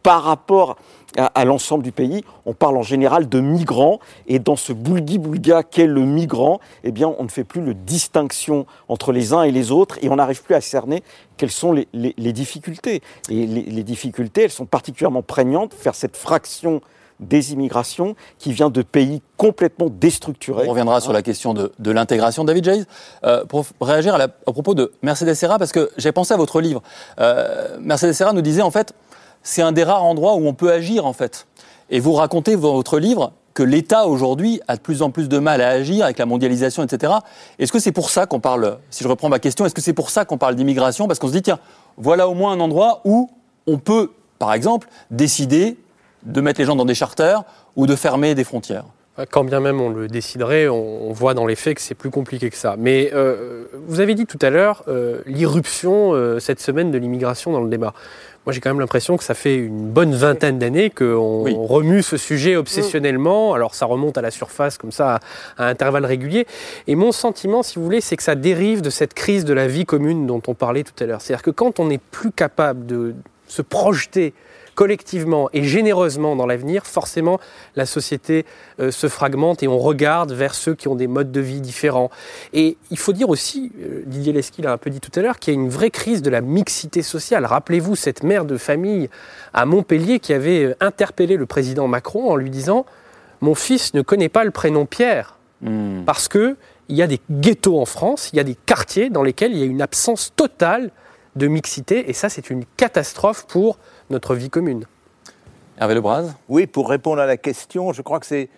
par rapport à l'ensemble du pays, on parle en général de migrants, et dans ce boulgui-boulga qu'est le migrant, eh bien, on ne fait plus de distinction entre les uns et les autres, et on n'arrive plus à cerner quelles sont les difficultés. Et les difficultés, elles sont particulièrement prégnantes, faire cette fraction des immigrations qui vient de pays complètement déstructurés. On reviendra sur la question de l'intégration. David Jayes, pour réagir à propos de Mercedes Serra, parce que j'ai pensé à votre livre. Mercedes Serra nous disait, en fait, c'est un des rares endroits où on peut agir, en fait. Et vous racontez dans votre livre que l'État, aujourd'hui, a de plus en plus de mal à agir avec la mondialisation, etc. Est-ce que c'est pour ça qu'on parle, si je reprends ma question, est-ce que c'est pour ça qu'on parle d'immigration ? Parce qu'on se dit, tiens, voilà au moins un endroit où on peut, par exemple, décider de mettre les gens dans des charters ou de fermer des frontières. Quand bien même on le déciderait, on voit dans les faits que c'est plus compliqué que ça. Mais vous avez dit tout à l'heure l'irruption cette semaine de l'immigration dans le débat. Moi, j'ai quand même l'impression que ça fait une bonne vingtaine d'années qu'on remue ce sujet obsessionnellement. Alors, ça remonte à la surface, comme ça, à intervalles réguliers. Et mon sentiment, si vous voulez, c'est que ça dérive de cette crise de la vie commune dont on parlait tout à l'heure. C'est-à-dire que quand on n'est plus capable de se projeter collectivement et généreusement dans l'avenir, forcément, la société se fragmente et on regarde vers ceux qui ont des modes de vie différents. Et il faut dire aussi, Didier Lesky l'a un peu dit tout à l'heure, qu'il y a une vraie crise de la mixité sociale. Rappelez-vous cette mère de famille à Montpellier qui avait interpellé le président Macron en lui disant « Mon fils ne connaît pas le prénom Pierre parce qu'il y a des ghettos en France, il y a des quartiers dans lesquels il y a une absence totale de mixité, et ça, c'est une catastrophe pour notre vie commune. » Hervé Lebras ? Oui, pour répondre à la question, je crois que c'est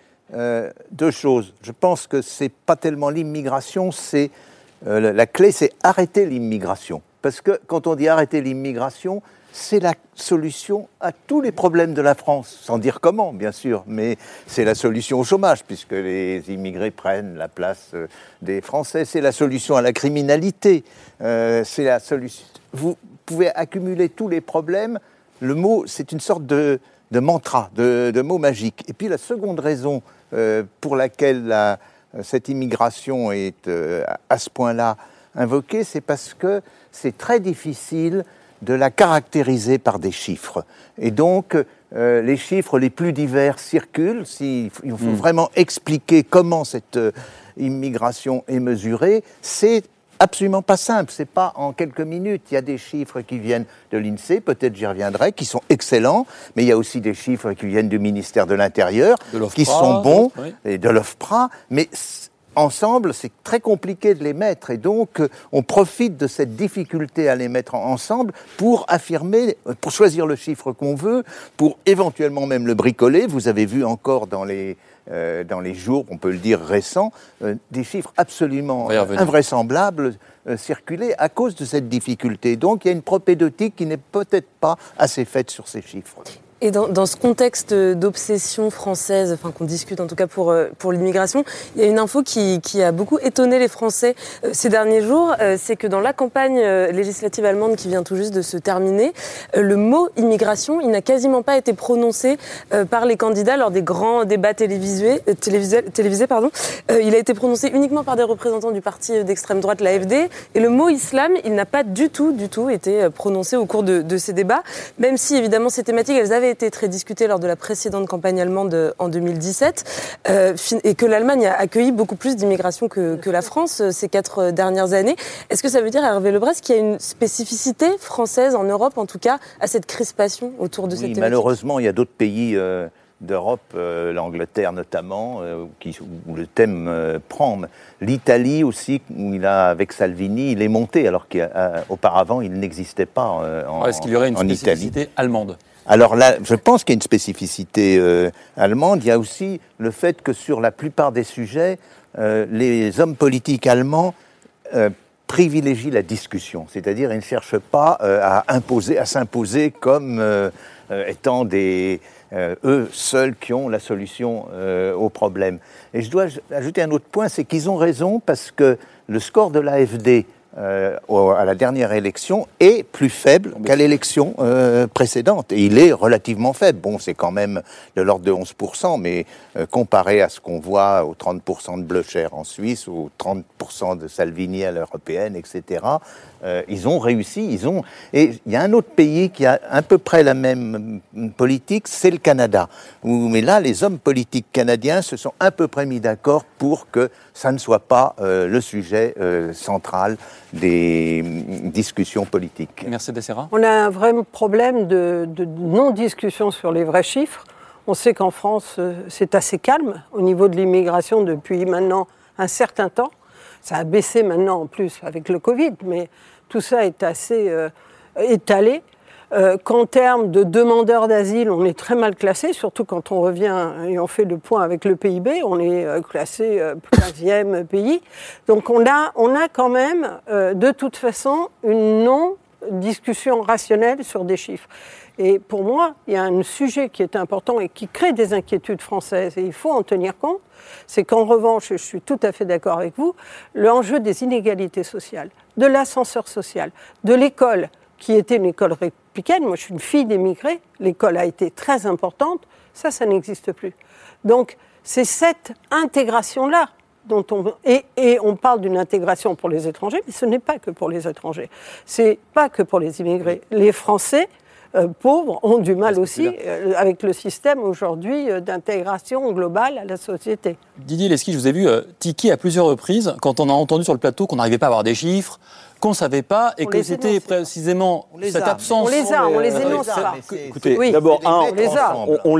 deux choses. Je pense que c'est pas tellement l'immigration, c'est la clé, c'est arrêter l'immigration. Parce que quand on dit arrêter l'immigration, c'est la solution à tous les problèmes de la France, sans dire comment, bien sûr, mais c'est la solution au chômage, puisque les immigrés prennent la place des Français, c'est la solution à la criminalité, c'est la solution... Vous pouvez accumuler tous les problèmes. Le mot, c'est une sorte de mantra, de mot magique. Et puis la seconde raison pour laquelle cette immigration est à ce point-là invoquée, c'est parce que c'est très difficile de la caractériser par des chiffres. Et donc, les chiffres les plus divers circulent. Il faut vraiment expliquer comment cette immigration est mesurée. C'est absolument pas simple, c'est pas en quelques minutes. Il y a des chiffres qui viennent de l'INSEE, peut-être j'y reviendrai, qui sont excellents, mais il y a aussi des chiffres qui viennent du ministère de l'Intérieur, qui sont bons, et de l'OFPRA, mais ensemble, c'est très compliqué de les mettre, et donc on profite de cette difficulté à les mettre ensemble pour affirmer, pour choisir le chiffre qu'on veut, pour éventuellement même le bricoler. Vous avez vu encore dans les jours, on peut le dire, récents, des chiffres absolument invraisemblables circuler à cause de cette difficulté. Donc il y a une propédeutique qui n'est peut-être pas assez faite sur ces chiffres. Et dans ce contexte d'obsession française, enfin qu'on discute en tout cas pour l'immigration, il y a une info qui a beaucoup étonné les Français ces derniers jours, c'est que dans la campagne législative allemande qui vient tout juste de se terminer, le mot immigration, il n'a quasiment pas été prononcé par les candidats lors des grands débats télévisés. Il a été prononcé uniquement par des représentants du parti d'extrême droite, l'AfD, et le mot islam, il n'a pas du tout été prononcé au cours de ces débats, même si évidemment ces thématiques, elles avaient été très discutées lors de la précédente campagne allemande en 2017 et que l'Allemagne a accueilli beaucoup plus d'immigration que la France ces 4 dernières années. Est-ce que ça veut dire, Hervé Lebras, qu'il y a une spécificité française en Europe, en tout cas, à cette crispation autour de cette thématique ? Malheureusement, il y a d'autres pays d'Europe, l'Angleterre notamment, où le thème prend. L'Italie aussi, où avec Salvini, il est monté, alors qu'auparavant, il n'existait pas en Italie. Est-ce qu'il y aurait une spécificité allemande ? Alors là, je pense qu'il y a une spécificité allemande. Il y a aussi le fait que sur la plupart des sujets, les hommes politiques allemands privilégient la discussion. C'est-à-dire, ils ne cherchent pas à s'imposer comme étant eux seuls qui ont la solution au problème. Et je dois ajouter un autre point, c'est qu'ils ont raison parce que le score de l'AfD à la dernière élection est plus faible qu'à l'élection précédente. Et il est relativement faible. Bon, c'est quand même de l'ordre de 11%, mais comparé à ce qu'on voit aux 30% de Blocher en Suisse, aux 30% de Salvini à l'européenne, etc., ils ont réussi. Et il y a un autre pays qui a à peu près la même politique, c'est le Canada. Mais là, les hommes politiques canadiens se sont à peu près mis d'accord pour que ça ne soit pas le sujet central des discussions politiques. Merci Becerra. On a un vrai problème de non-discussion sur les vrais chiffres. On sait qu'en France, c'est assez calme au niveau de l'immigration depuis maintenant un certain temps. Ça a baissé maintenant en plus avec le Covid, mais tout ça est assez étalé. Qu'en termes de demandeurs d'asile, on est très mal classé, surtout quand on revient et on fait le point avec le PIB, on est classé 15e pays. Donc on a quand même, de toute façon, une non-discussion rationnelle sur des chiffres. Et pour moi, il y a un sujet qui est important et qui crée des inquiétudes françaises, et il faut en tenir compte, c'est qu'en revanche, je suis tout à fait d'accord avec vous, l'enjeu des inégalités sociales, de l'ascenseur social, de l'école, qui était une école républicaine. Moi, je suis une fille d'émigrés. L'école a été très importante. Ça n'existe plus. Donc, c'est cette intégration-là dont on parle d'une intégration pour les étrangers, mais ce n'est pas que pour les étrangers. C'est pas que pour les immigrés. Les Français pauvres ont du mal aussi avec le système aujourd'hui d'intégration globale à la société. Didier Lesky, je vous ai vu tiquer à plusieurs reprises quand on a entendu sur le plateau qu'on n'arrivait pas à avoir des chiffres, qu'on ne savait pas, et que c'était précisément cette absence... On les énonce pas. Écoutez, d'abord, on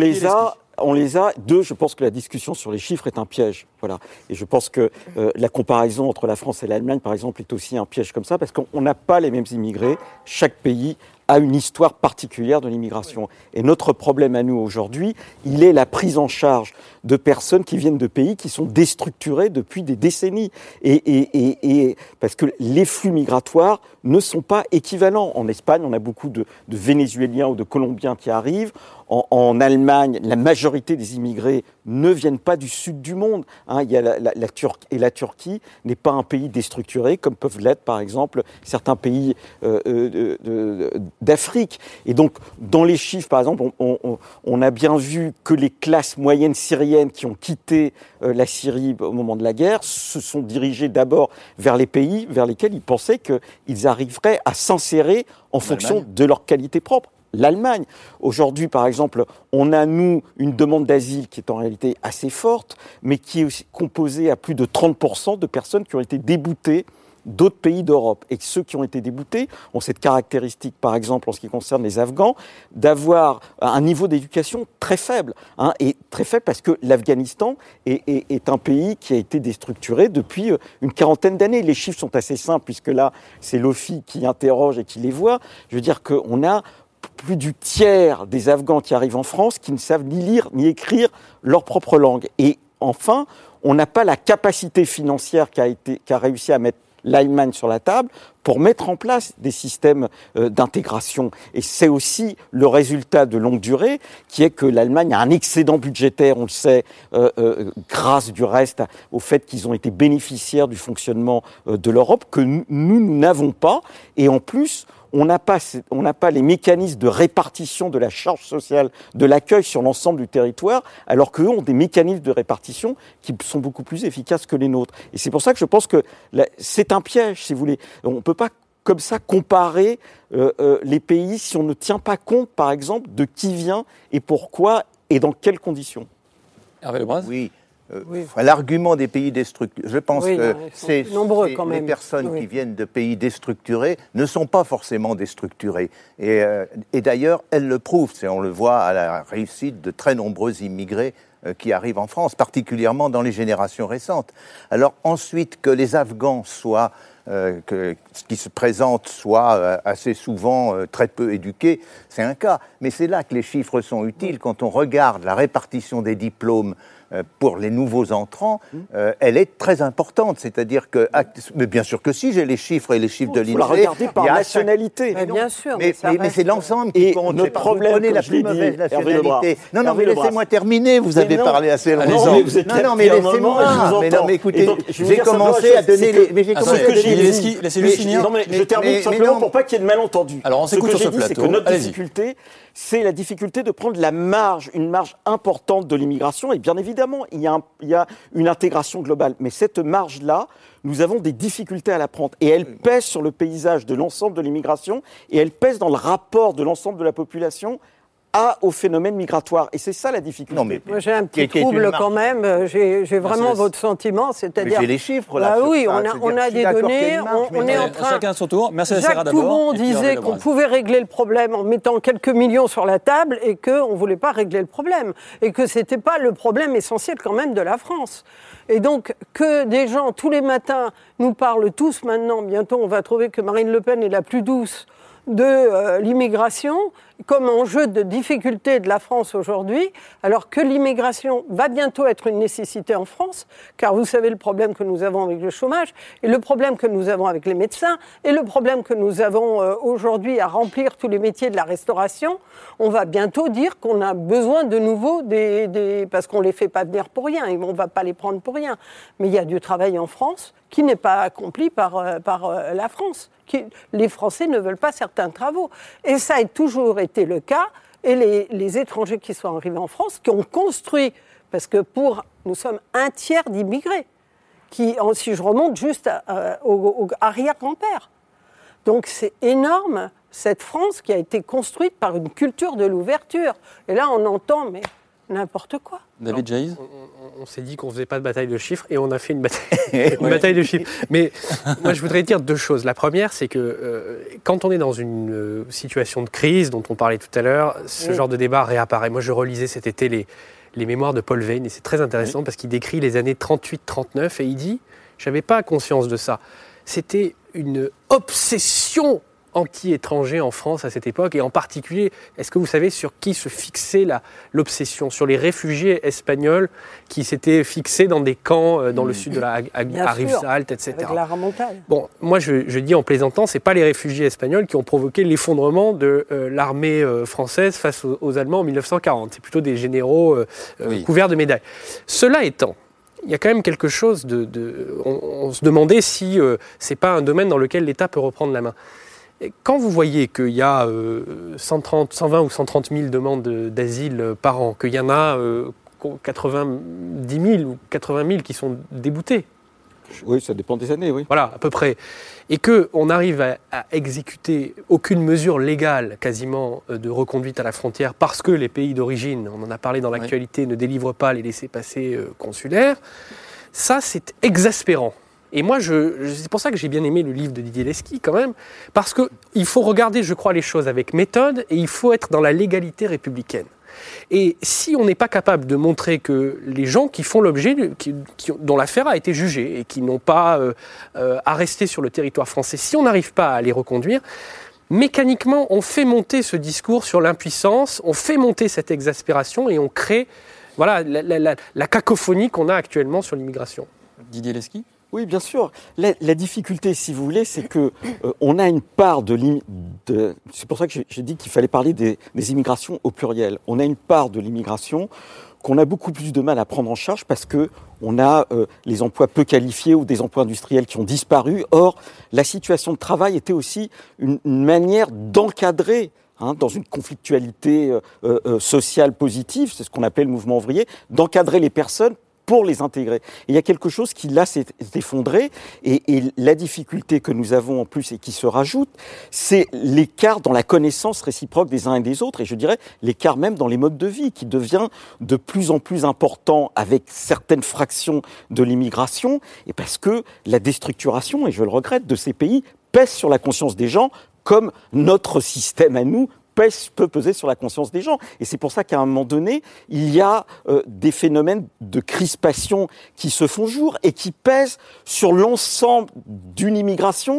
les a. Deux, je pense que la discussion sur les chiffres est un piège. Voilà. Et je pense que la comparaison entre la France et l'Allemagne, par exemple, est aussi un piège comme ça, parce qu'on n'a pas les mêmes immigrés. Chaque pays a une histoire particulière de l'immigration. Et notre problème à nous aujourd'hui, il est la prise en charge de personnes qui viennent de pays qui sont déstructurés depuis des décennies. Et parce que les flux migratoires ne sont pas équivalents. En Espagne, on a beaucoup de Vénézuéliens ou de Colombiens qui arrivent. En Allemagne, la majorité des immigrés ne viennent pas du sud du monde. Il y a la Turquie n'est pas un pays déstructuré, comme peuvent l'être, par exemple, certains pays d'Afrique. Et donc, dans les chiffres, par exemple, on a bien vu que les classes moyennes syriennes qui ont quitté la Syrie au moment de la guerre se sont dirigées d'abord vers les pays vers lesquels ils pensaient qu'ils arriveraient à s'insérer en fonction de leur qualité propre. L'Allemagne. Aujourd'hui, par exemple, on a, nous, une demande d'asile qui est en réalité assez forte, mais qui est aussi composée à plus de 30% de personnes qui ont été déboutées d'autres pays d'Europe. Et ceux qui ont été déboutés ont cette caractéristique, par exemple, en ce qui concerne les Afghans, d'avoir un niveau d'éducation très faible. Et très faible parce que l'Afghanistan est un pays qui a été déstructuré depuis une quarantaine d'années. Les chiffres sont assez simples, puisque là, c'est l'OFII qui interroge et qui les voit. Je veux dire qu'on a plus du tiers des Afghans qui arrivent en France qui ne savent ni lire ni écrire leur propre langue. Et enfin, on n'a pas la capacité financière qu'a réussi à mettre l'Allemagne sur la table pour mettre en place des systèmes d'intégration. Et c'est aussi le résultat de longue durée qui est que l'Allemagne a un excédent budgétaire, on le sait, grâce du reste au fait qu'ils ont été bénéficiaires du fonctionnement de l'Europe, que nous n'avons pas. Et en plus, on n'a pas les mécanismes de répartition de la charge sociale de l'accueil sur l'ensemble du territoire, alors qu'eux ont des mécanismes de répartition qui sont beaucoup plus efficaces que les nôtres. Et c'est pour ça que je pense que c'est un piège, si vous voulez. On ne peut pas comme ça comparer les pays si on ne tient pas compte, par exemple, de qui vient et pourquoi et dans quelles conditions. Hervé Lebras ? Oui. L'argument des pays déstructurés, je pense que les personnes qui viennent de pays déstructurés ne sont pas forcément déstructurées. Et d'ailleurs, elles le prouvent. On le voit à la réussite de très nombreux immigrés qui arrivent en France, particulièrement dans les générations récentes. Alors ensuite, que les Afghans soient que ce qui se présente soit assez souvent très peu éduqué, c'est un cas. Mais c'est là que les chiffres sont utiles. Quand on regarde la répartition des diplômes pour les nouveaux entrants, elle est très importante. C'est-à-dire que, mais bien sûr que si, j'ai les chiffres et les chiffres de l'INSEE. Il faut la regarder par nationalité. Mais bien sûr. Mais c'est l'ensemble qui compte. Notre problème, vous prenez la plus mauvaise nationalité. Non, mais laissez-moi terminer. Vous avez parlé assez longtemps. Non, mais laissez-moi. Mais non, mais écoutez, j'ai commencé à donner les. Mais j'ai commencé à donner les. Laissez-le finir. Non, mais je termine simplement pour pas qu'il y ait de malentendus. Alors, on s'écoute sur ce plateau. C'est que notre difficulté, c'est la difficulté de prendre une marge importante de l'immigration. Et bien évidemment, il y a une intégration globale. Mais cette marge-là, nous avons des difficultés à la prendre. Et elle pèse sur le paysage de l'ensemble de l'immigration. Et elle pèse dans le rapport de l'ensemble de la population au phénomène migratoire. Et c'est ça la difficulté. Non, mais moi, j'ai un petit trouble quand même. J'ai vraiment votre sentiment, c'est-à-dire. Mais j'ai les chiffres là. Oui, on a des données. On est en train. Chacun son tour. Merci à Jacques Toubon disait qu'on pouvait régler le problème en mettant quelques millions sur la table et qu'on ne voulait pas régler le problème et que c'était pas le problème essentiel quand même de la France. Et donc, que des gens, tous les matins, nous parlent tous maintenant, bientôt on va trouver que Marine Le Pen est la plus douce de l'immigration, comme enjeu de difficulté de la France aujourd'hui, alors que l'immigration va bientôt être une nécessité en France, car vous savez le problème que nous avons avec le chômage, et le problème que nous avons avec les médecins, et le problème que nous avons aujourd'hui à remplir tous les métiers de la restauration. On va bientôt dire qu'on a besoin de nouveau parce qu'on ne les fait pas venir pour rien, et on ne va pas les prendre pour rien. Mais il y a du travail en France qui n'est pas accompli par la France. Les Français ne veulent pas certains travaux. Et ça a toujours été le cas. Et les étrangers qui sont arrivés en France, qui ont construit, parce que nous sommes un tiers d'immigrés, si je remonte juste au arrière-grand-père. Donc c'est énorme, cette France qui a été construite par une culture de l'ouverture. Et là, on entend, mais n'importe quoi. David Jaïs ? On s'est dit qu'on ne faisait pas de bataille de chiffres et on a fait une bataille de chiffres. Mais moi, je voudrais dire deux choses. La première, c'est que quand on est dans une situation de crise dont on parlait tout à l'heure, ce genre de débat réapparaît. Moi, je relisais cet été les mémoires de Paul Veyne et c'est très intéressant parce qu'il décrit les années 38-39 et il dit « je n'avais pas conscience de ça ». C'était une obsession anti-étrangers en France à cette époque, et en particulier, est-ce que vous savez sur qui se fixait l'obsession ? Sur les réfugiés espagnols qui s'étaient fixés dans des camps dans le sud de à Rivesaltes, etc. Avec la remontade. Bon, moi je dis en plaisantant, c'est pas les réfugiés espagnols qui ont provoqué l'effondrement de l'armée française face aux Allemands en 1940. C'est plutôt des généraux couverts de médailles. Cela étant, il y a quand même quelque chose on se demandait si c'est pas un domaine dans lequel l'État peut reprendre la main. Quand vous voyez qu'il y a 120 ou 130 000 demandes d'asile par an, qu'il y en a 90 000 ou 80 000 qui sont déboutées. Oui, ça dépend des années, oui. Voilà, à peu près. Et qu'on arrive à exécuter aucune mesure légale, quasiment, de reconduite à la frontière, parce que les pays d'origine, on en a parlé dans l'actualité, ne délivrent pas les laissez-passer consulaires, ça, c'est exaspérant. Et moi, c'est pour ça que j'ai bien aimé le livre de Didier Lesky, quand même, parce qu'il faut regarder, je crois, les choses avec méthode, et il faut être dans la légalité républicaine. Et si on n'est pas capable de montrer que les gens qui font l'objet, dont l'affaire a été jugée, et qui n'ont pas à rester sur le territoire français, si on n'arrive pas à les reconduire, mécaniquement, on fait monter ce discours sur l'impuissance, on fait monter cette exaspération, et on crée la cacophonie qu'on a actuellement sur l'immigration. Didier Lesky ? Oui, bien sûr. La difficulté, si vous voulez, c'est que on a une part c'est pour ça que j'ai dit qu'il fallait parler des immigrations au pluriel. On a une part de l'immigration qu'on a beaucoup plus de mal à prendre en charge parce que on a les emplois peu qualifiés ou des emplois industriels qui ont disparu. Or, la situation de travail était aussi une manière d'encadrer dans une conflictualité sociale positive, c'est ce qu'on appelle le mouvement ouvrier, d'encadrer les personnes pour les intégrer. Et il y a quelque chose qui, là, s'est effondré, et la difficulté que nous avons en plus et qui se rajoute, c'est l'écart dans la connaissance réciproque des uns et des autres, et je dirais l'écart même dans les modes de vie, qui devient de plus en plus important avec certaines fractions de l'immigration, et parce que la déstructuration, et je le regrette, de ces pays pèse sur la conscience des gens, comme notre système à nous peut peser sur la conscience des gens. Et c'est pour ça qu'à un moment donné, il y a des phénomènes de crispation qui se font jour et qui pèsent sur l'ensemble d'une immigration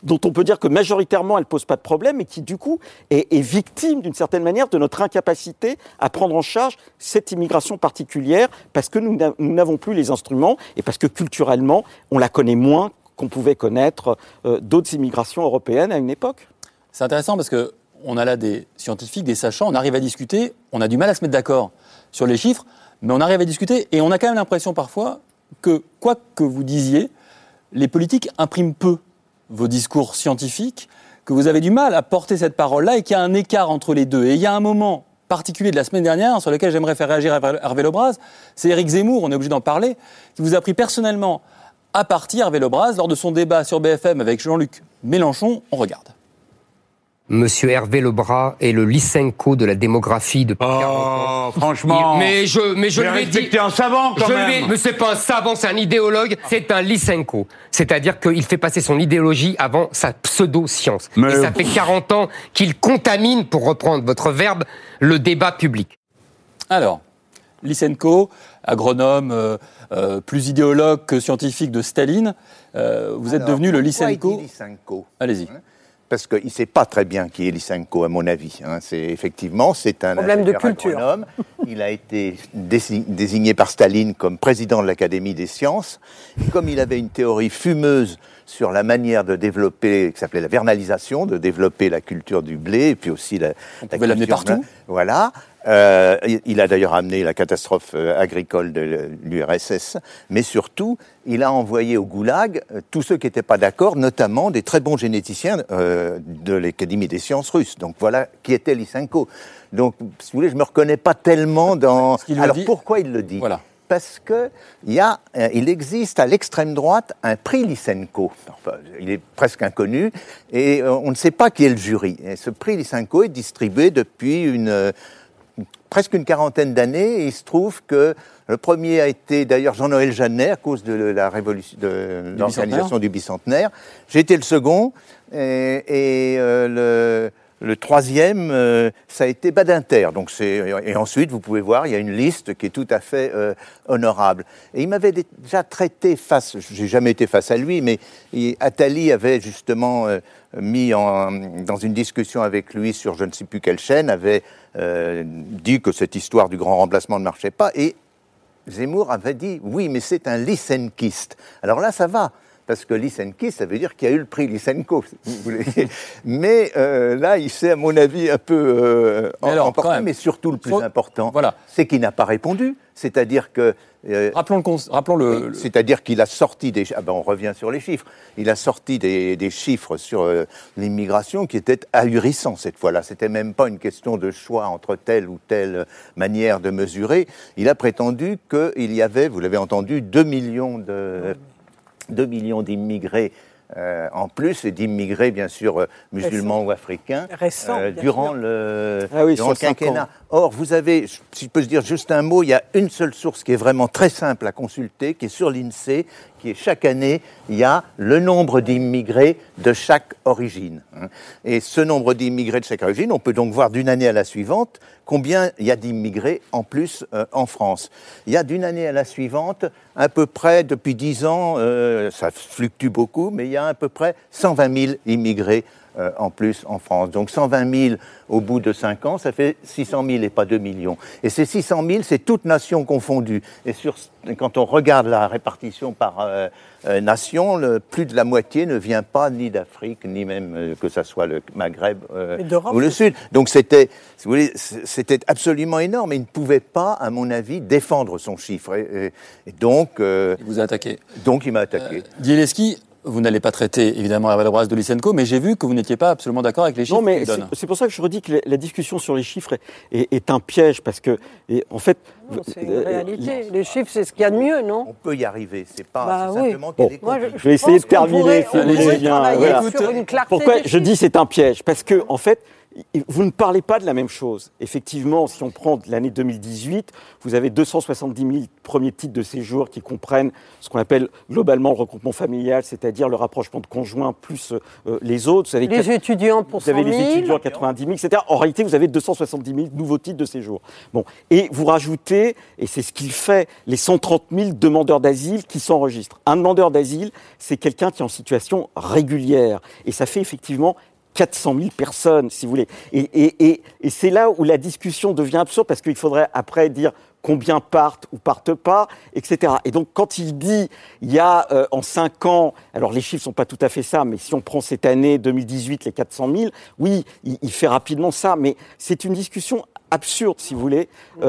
dont on peut dire que majoritairement elle ne pose pas de problème et qui du coup est victime d'une certaine manière de notre incapacité à prendre en charge cette immigration particulière parce que nous n'avons plus les instruments et parce que culturellement on la connaît moins qu'on pouvait connaître d'autres immigrations européennes à une époque. C'est intéressant parce qu'on a là des scientifiques, des sachants, on arrive à discuter, on a du mal à se mettre d'accord sur les chiffres, mais on arrive à discuter et on a quand même l'impression parfois que, quoi que vous disiez, les politiques impriment peu vos discours scientifiques, que vous avez du mal à porter cette parole-là et qu'il y a un écart entre les deux. Et il y a un moment particulier de la semaine dernière sur lequel j'aimerais faire réagir Hervé Lebras, c'est Éric Zemmour, on est obligé d'en parler, qui vous a pris personnellement à partie, Hervé Lebras, lors de son débat sur BFM avec Jean-Luc Mélenchon. On regarde. Monsieur Hervé Lebras est le Lysenko de la démographie depuis 40 ans. Franchement. Mais je lui ai dit. un savant quand même. Mais c'est pas un savant, c'est un idéologue. C'est un Lysenko. C'est-à-dire qu'il fait passer son idéologie avant sa pseudo-science. Et ça fait 40 ans qu'il contamine, pour reprendre votre verbe, le débat public. Alors, Lysenko, agronome, plus idéologue que scientifique de Staline, vous êtes devenu le Lysenko. Lysenko. Allez-y. Parce qu'il ne sait pas très bien qui est Lysenko, à mon avis. C'est un problème de culture. Agronome. Il a été désigné par Staline comme président de l'Académie des sciences. Et comme il avait une théorie fumeuse sur la manière de développer, qui s'appelait la vernalisation, de développer la culture du blé, et puis aussi la pouvait l'amener partout. Voilà. Il a d'ailleurs amené la catastrophe agricole de l'URSS, mais surtout, il a envoyé au goulag tous ceux qui n'étaient pas d'accord, notamment des très bons généticiens de l'Académie des sciences russes. Donc voilà qui était Lysenko. Donc, si vous voulez, je ne me reconnais pas tellement dans... Alors pourquoi il le dit ? Voilà. Parce qu'il existe à l'extrême droite un prix Lysenko. Enfin, il est presque inconnu et on ne sait pas qui est le jury. Et ce prix Lysenko est distribué depuis presque une quarantaine d'années. Et il se trouve que le premier a été d'ailleurs Jean-Noël Jeannet à cause de la révolution, de l'organisation du bicentenaire. J'ai été le second et le troisième, ça a été Badinter. Donc et ensuite, vous pouvez voir, il y a une liste qui est tout à fait honorable. Et il m'avait déjà traité j'ai jamais été face à lui, mais Attali avait justement mis dans une discussion avec lui sur je ne sais plus quelle chaîne, avait dit que cette histoire du grand remplacement ne marchait pas. Et Zemmour avait dit, oui, mais c'est un lysenkiste. Alors là, ça va. Parce que Lysenkiste, ça veut dire qu'il y a eu le prix Lysenko, si vous voulez. Mais là, il s'est, à mon avis, un peu emporté. Mais surtout, le plus important, c'est qu'il n'a pas répondu. C'est-à-dire que... rappelons-le. C'est-à-dire qu'il a sorti on revient sur les chiffres. Il a sorti des chiffres sur l'immigration qui étaient ahurissants cette fois-là. C'était même pas une question de choix entre telle ou telle manière de mesurer. Il a prétendu qu'il y avait, vous l'avez entendu, 2 millions d'immigrés en plus, et d'immigrés, bien sûr, musulmans ou africains, durant le quinquennat. Or, vous avez, si je peux dire juste un mot, il y a une seule source qui est vraiment très simple à consulter, qui est sur l'INSEE, qui est chaque année, il y a le nombre d'immigrés de chaque origine. Et ce nombre d'immigrés de chaque origine, on peut donc voir d'une année à la suivante combien il y a d'immigrés en plus en France. Il y a d'une année à la suivante, à peu près, depuis 10 ans, ça fluctue beaucoup, mais il y a à peu près 120 000 immigrés en plus en France. Donc 120 000 au bout de 5 ans, ça fait 600 000 et pas 2 millions. Et ces 600 000, c'est toutes nations confondues. Et quand on regarde la répartition par nation, plus de la moitié ne vient pas ni d'Afrique, ni même que ça soit le Maghreb ou le Sud. Donc c'était absolument énorme. Et il ne pouvait pas, à mon avis, défendre son chiffre. Et donc... il vous a attaqué. Donc il m'a attaqué. Dieleski, vous n'allez pas traiter, évidemment, Hervé Lebras de Lysenko, mais j'ai vu que vous n'étiez pas absolument d'accord avec les chiffres qu'il donne. C'est pour ça que je redis que la discussion sur les chiffres est un piège, parce que, en fait... Non, c'est une réalité. Les chiffres, c'est ce qu'il y a de mieux, non ? On peut y arriver, c'est simplement qu'il est compliqué. Je vais essayer de terminer, si vous voulez bien. Sur une clarté pourquoi je dis c'est un piège ? Parce que, en fait, vous ne parlez pas de la même chose. Effectivement, si on prend l'année 2018, vous avez 270 000 premiers titres de séjour qui comprennent ce qu'on appelle globalement le regroupement familial, c'est-à-dire le rapprochement de conjoints plus les autres. Vous avez les étudiants pour 100 000. Vous avez les étudiants 90 000, etc. En réalité, vous avez 270 000 nouveaux titres de séjour. Bon. Et vous rajoutez, et c'est ce qu'il fait, les 130 000 demandeurs d'asile qui s'enregistrent. Un demandeur d'asile, c'est quelqu'un qui est en situation régulière. Et ça fait effectivement 400 000 personnes, si vous voulez. Et c'est là où la discussion devient absurde, parce qu'il faudrait après dire combien partent ou partent pas, etc. Et donc, quand il dit, il y a en 5 ans, alors les chiffres ne sont pas tout à fait ça, mais si on prend cette année 2018, les 400 000, oui, il fait rapidement ça, mais c'est une discussion absurde, si vous voulez.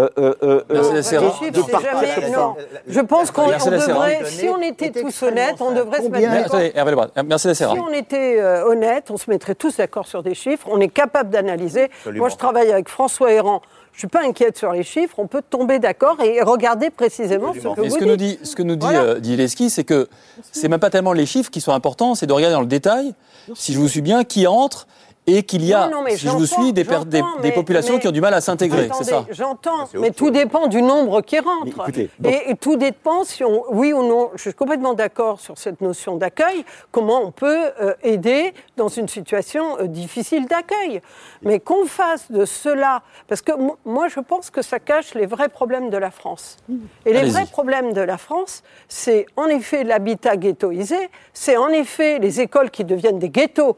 Je pense qu'on devrait, si on était tous honnêtes, on devrait se mettre d'accord. Merci, si on était honnêtes, on se mettrait tous d'accord sur des chiffres. On est capable d'analyser. Moi, je travaille avec François Héran. Je ne suis pas inquiète sur les chiffres. On peut tomber d'accord et regarder précisément ce que vous dites. Ce que nous dit Leski, c'est que c'est même pas tellement les chiffres qui sont importants, c'est de regarder dans le détail, si je vous suis bien, qui entre et qu'il y a, si je vous suis, des populations qui ont du mal à s'intégrer, c'est ça. J'entends, mais tout dépend du nombre qui rentre. Et tout dépend si on, oui ou non, je suis complètement d'accord sur cette notion d'accueil, comment on peut aider dans une situation difficile d'accueil. Mais qu'on fasse de cela, parce que moi je pense que ça cache les vrais problèmes de la France. Et les vrais problèmes de la France, c'est en effet l'habitat ghettoisé, c'est en effet les écoles qui deviennent des ghettos,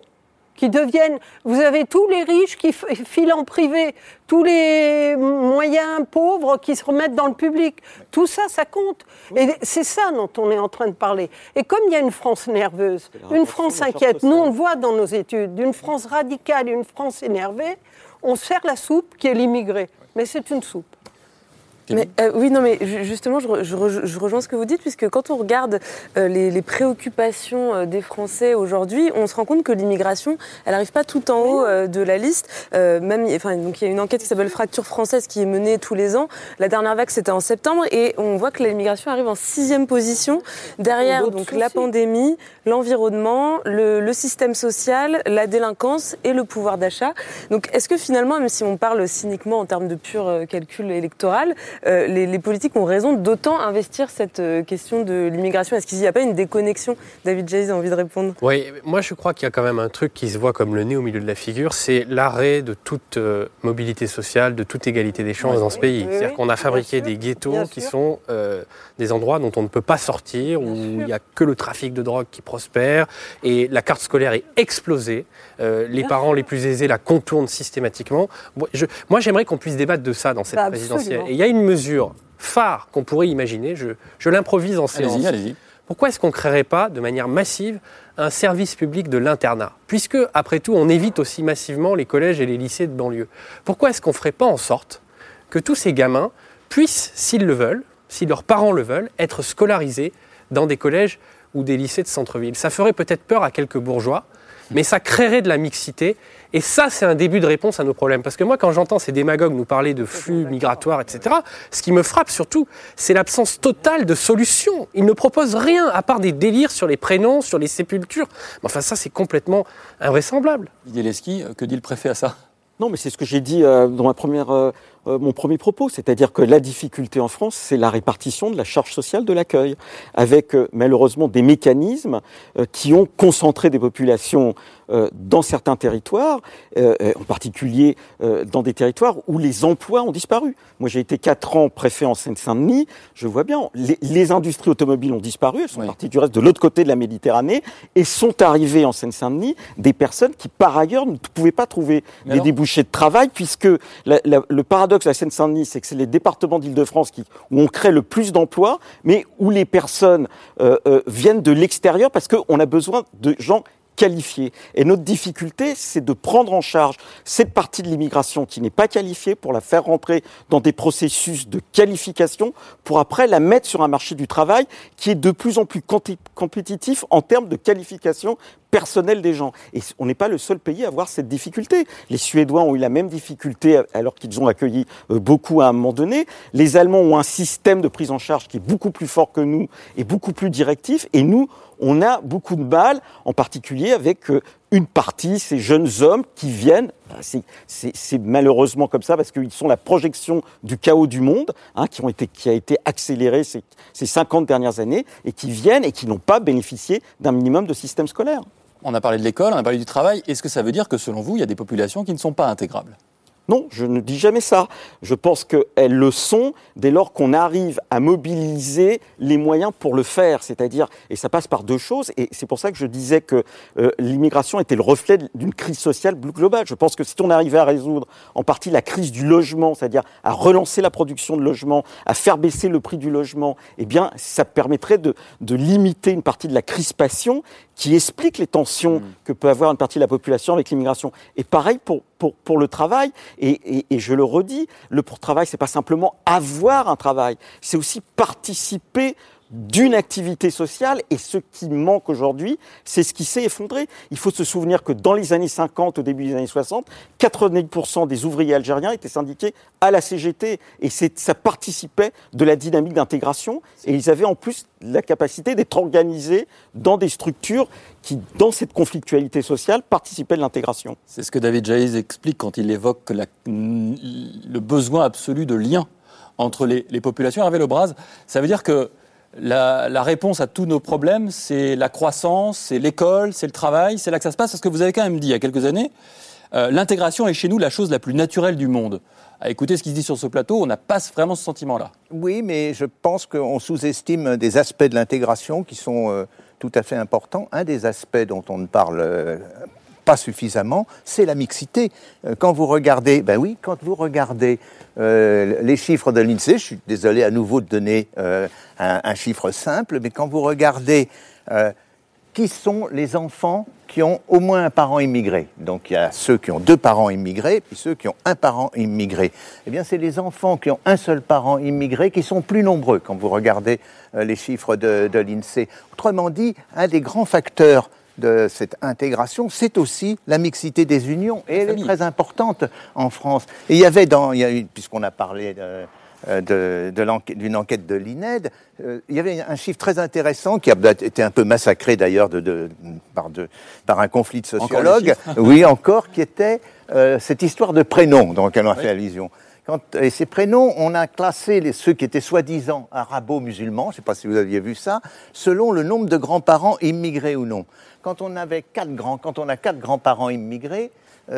vous avez tous les riches qui filent en privé, tous les moyens pauvres qui se remettent dans le public. Tout ça, ça compte. Et c'est ça dont on est en train de parler. Et comme il y a une France nerveuse, une France inquiète, nous on le voit dans nos études, une France radicale, une France énervée, on sert la soupe qui est l'immigré. Mais c'est une soupe. Mais, mais justement, je rejoins ce que vous dites, puisque quand on regarde les préoccupations des Français aujourd'hui, on se rend compte que l'immigration, elle n'arrive pas tout en haut de la liste. Donc il y a une enquête qui s'appelle Fracture française qui est menée tous les ans. La dernière vague, c'était en septembre, et on voit que l'immigration arrive en 6e position, derrière donc la pandémie, l'environnement, le système social, la délinquance et le pouvoir d'achat. Donc est-ce que finalement, même si on parle cyniquement en termes de pur calcul électoral, les politiques ont raison d'autant investir cette question de l'immigration? Est-ce qu'il n'y a pas une déconnexion? David Jayes a envie de répondre. Oui, moi je crois qu'il y a quand même un truc qui se voit comme le nez au milieu de la figure, c'est l'arrêt de toute mobilité sociale, de toute égalité des chances dans ce pays. C'est-à-dire qu'on a fabriqué des ghettos qui sont des endroits dont on ne peut pas sortir, où il n'y a que le trafic de drogue qui prospère, et la carte scolaire est explosée. Les parents les plus aisés la contournent systématiquement. Moi j'aimerais qu'on puisse débattre de ça dans cette présidentielle. Et il y a une mesure phare qu'on pourrait imaginer, je l'improvise en séance. Allez-y. Pourquoi est-ce qu'on ne créerait pas de manière massive un service public de l'internat? Puisque, après tout, on évite aussi massivement les collèges et les lycées de banlieue. Pourquoi est-ce qu'on ne ferait pas en sorte que tous ces gamins puissent, s'ils le veulent, si leurs parents le veulent, être scolarisés dans des collèges ou des lycées de centre-ville? Ça ferait peut-être peur à quelques bourgeois, mais ça créerait de la mixité. Et ça, c'est un début de réponse à nos problèmes. Parce que moi, quand j'entends ces démagogues nous parler de flux migratoires, etc., ce qui me frappe surtout, c'est l'absence totale de solution. Ils ne proposent rien, à part des délires sur les prénoms, sur les sépultures. Mais enfin, ça, c'est complètement invraisemblable. Didier Leski, que dit le préfet à ça? Non, mais c'est ce que j'ai dit dans mon premier propos, c'est-à-dire que la difficulté en France, c'est la répartition de la charge sociale de l'accueil, avec malheureusement des mécanismes qui ont concentré des populations dans certains territoires, en particulier dans des territoires où les emplois ont disparu. Moi, j'ai été 4 ans préfet en Seine-Saint-Denis, je vois bien, les industries automobiles ont disparu, elles sont parties du reste de l'autre côté de la Méditerranée, et sont arrivées en Seine-Saint-Denis des personnes qui, par ailleurs, ne pouvaient pas trouver des débouchés de travail, puisque le paradoxe de la Seine-Saint-Denis, c'est que c'est les départements d'Île-de-France où on crée le plus d'emplois, mais où les personnes viennent de l'extérieur parce qu'on a besoin de gens qualifiés. Et notre difficulté, c'est de prendre en charge cette partie de l'immigration qui n'est pas qualifiée pour la faire rentrer dans des processus de qualification pour après la mettre sur un marché du travail qui est de plus en plus compétitif en termes de qualification personnelle des gens. Et on n'est pas le seul pays à avoir cette difficulté. Les Suédois ont eu la même difficulté alors qu'ils ont accueilli beaucoup à un moment donné. Les Allemands ont un système de prise en charge qui est beaucoup plus fort que nous et beaucoup plus directif. Et nous, on a beaucoup de mal, en particulier avec une partie, ces jeunes hommes qui viennent, c'est malheureusement comme ça, parce qu'ils sont la projection du chaos du monde, qui a été accéléré ces 50 dernières années, et qui viennent et qui n'ont pas bénéficié d'un minimum de système scolaire. On a parlé de l'école, on a parlé du travail. Est-ce que ça veut dire que, selon vous, il y a des populations qui ne sont pas intégrables ? Non, je ne dis jamais ça. Je pense qu'elles le sont dès lors qu'on arrive à mobiliser les moyens pour le faire. C'est-à-dire, et ça passe par deux choses, et c'est pour ça que je disais que l'immigration était le reflet d'une crise sociale globale. Je pense que si on arrivait à résoudre en partie la crise du logement, c'est-à-dire à relancer la production de logements, à faire baisser le prix du logement, eh bien, ça permettrait de limiter une partie de la crispation qui explique les tensions que peut avoir une partie de la population avec l'immigration. Et pareil pour le travail, et je le redis, le travail, c'est pas simplement avoir un travail, c'est aussi participer d'une activité sociale, et ce qui manque aujourd'hui, c'est ce qui s'est effondré. Il faut se souvenir que dans les années 50, au début des années 60, 90% des ouvriers algériens étaient syndiqués à la CGT, et ça participait de la dynamique d'intégration, et ils avaient en plus la capacité d'être organisés dans des structures qui, dans cette conflictualité sociale, participaient de l'intégration. C'est ce que David Jaïs explique quand il évoque le besoin absolu de lien entre les populations. Hervé Lebras, ça veut dire que la réponse à tous nos problèmes, c'est la croissance, c'est l'école, c'est le travail, c'est là que ça se passe. Parce que vous avez quand même dit il y a quelques années, l'intégration est chez nous la chose la plus naturelle du monde. À écouter ce qui se dit sur ce plateau, on n'a pas vraiment ce sentiment-là. Oui, mais je pense qu'on sous-estime des aspects de l'intégration qui sont tout à fait importants. Un des aspects dont on ne parle pas suffisamment, c'est la mixité. Quand vous regardez, les chiffres de l'INSEE, je suis désolé à nouveau de donner un chiffre simple, mais quand vous regardez qui sont les enfants qui ont au moins un parent immigré. Donc il y a ceux qui ont 2 parents immigrés, puis ceux qui ont un parent immigré. Eh bien, c'est les enfants qui ont un seul parent immigré qui sont plus nombreux quand vous regardez les chiffres de l'INSEE. Autrement dit, un des grands facteurs de cette intégration, c'est aussi la mixité des unions, et elle est très importante en France. Et il y a eu, puisqu'on a parlé d'une enquête de l'INED, il y avait un chiffre très intéressant qui a été un peu massacré d'ailleurs par un conflit de sociologues, qui était cette histoire de prénoms dont on a fait allusion. Et ces prénoms, on a classé ceux qui étaient soi-disant arabo-musulmans, je ne sais pas si vous aviez vu ça, selon le nombre de grands-parents immigrés ou non. Quand on a 4 grands-parents immigrés,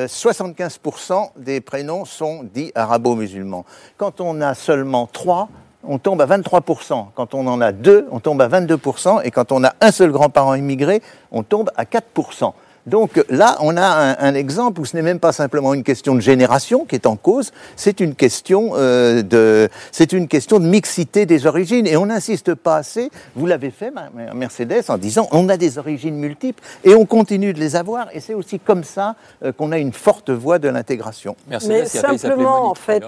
75% des prénoms sont dits arabo-musulmans. Quand on a seulement 3, on tombe à 23%. Quand on en a 2, on tombe à 22%. Et quand on a un seul grand-parent immigré, on tombe à 4%. Donc là, on a un exemple où ce n'est même pas simplement une question de génération qui est en cause, c'est une question de mixité des origines. Et on n'insiste pas assez, vous l'avez fait, Mercedes, en disant on a des origines multiples et on continue de les avoir. Et c'est aussi comme ça qu'on a une forte voie de l'intégration. Mercedes, mais simplement, en fait,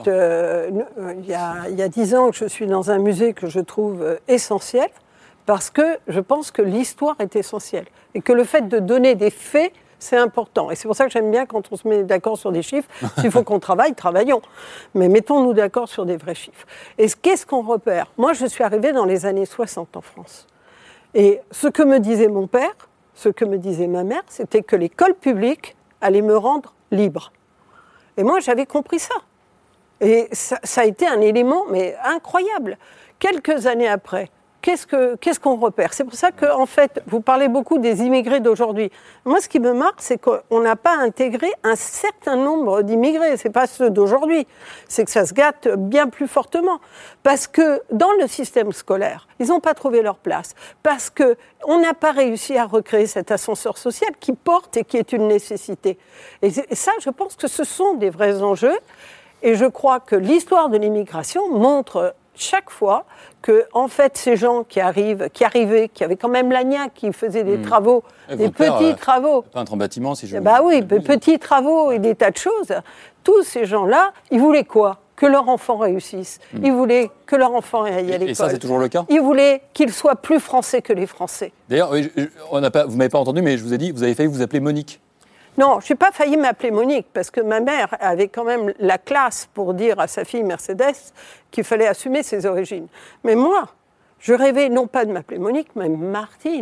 il y a 10 ans que je suis dans un musée que je trouve essentiel, parce que je pense que l'histoire est essentielle et que le fait de donner des faits, c'est important. Et c'est pour ça que j'aime bien quand on se met d'accord sur des chiffres. S'il faut qu'on travaille, travaillons. Mais mettons-nous d'accord sur des vrais chiffres. Et qu'est-ce qu'on repère ? Moi, je suis arrivée dans les années 60 en France. Et ce que me disait mon père, ce que me disait ma mère, c'était que l'école publique allait me rendre libre. Et moi, j'avais compris ça. Et ça a été un élément mais incroyable. Quelques années après, qu'est-ce qu'on repère ? C'est pour ça que, en fait, vous parlez beaucoup des immigrés d'aujourd'hui. Moi, ce qui me marque, c'est qu'on n'a pas intégré un certain nombre d'immigrés. C'est pas ceux d'aujourd'hui. C'est que ça se gâte bien plus fortement. Parce que dans le système scolaire, ils n'ont pas trouvé leur place. Parce que on n'a pas réussi à recréer cet ascenseur social qui porte et qui est une nécessité. Et ça, je pense que ce sont des vrais enjeux. Et je crois que l'histoire de l'immigration montre chaque fois que, en fait, ces gens qui arrivaient, qui avaient quand même l'ANIA, qui faisaient des travaux, des petits travaux. Peintre en bâtiment, si je veux. Bah oui, petits travaux et des tas de choses. Tous ces gens-là, ils voulaient quoi ? Que leur enfant réussisse. Ils voulaient que leur enfant aille à l'école. Et ça, c'est toujours le cas ? Ils voulaient qu'ils soient plus français que les Français. D'ailleurs, vous ne m'avez pas entendu, mais je vous ai dit, vous avez failli vous appeler Monique. Non, je n'ai pas failli m'appeler Monique, parce que ma mère avait quand même la classe pour dire à sa fille Mercedes qu'il fallait assumer ses origines. Mais moi, je rêvais non pas de m'appeler Monique, mais Martine.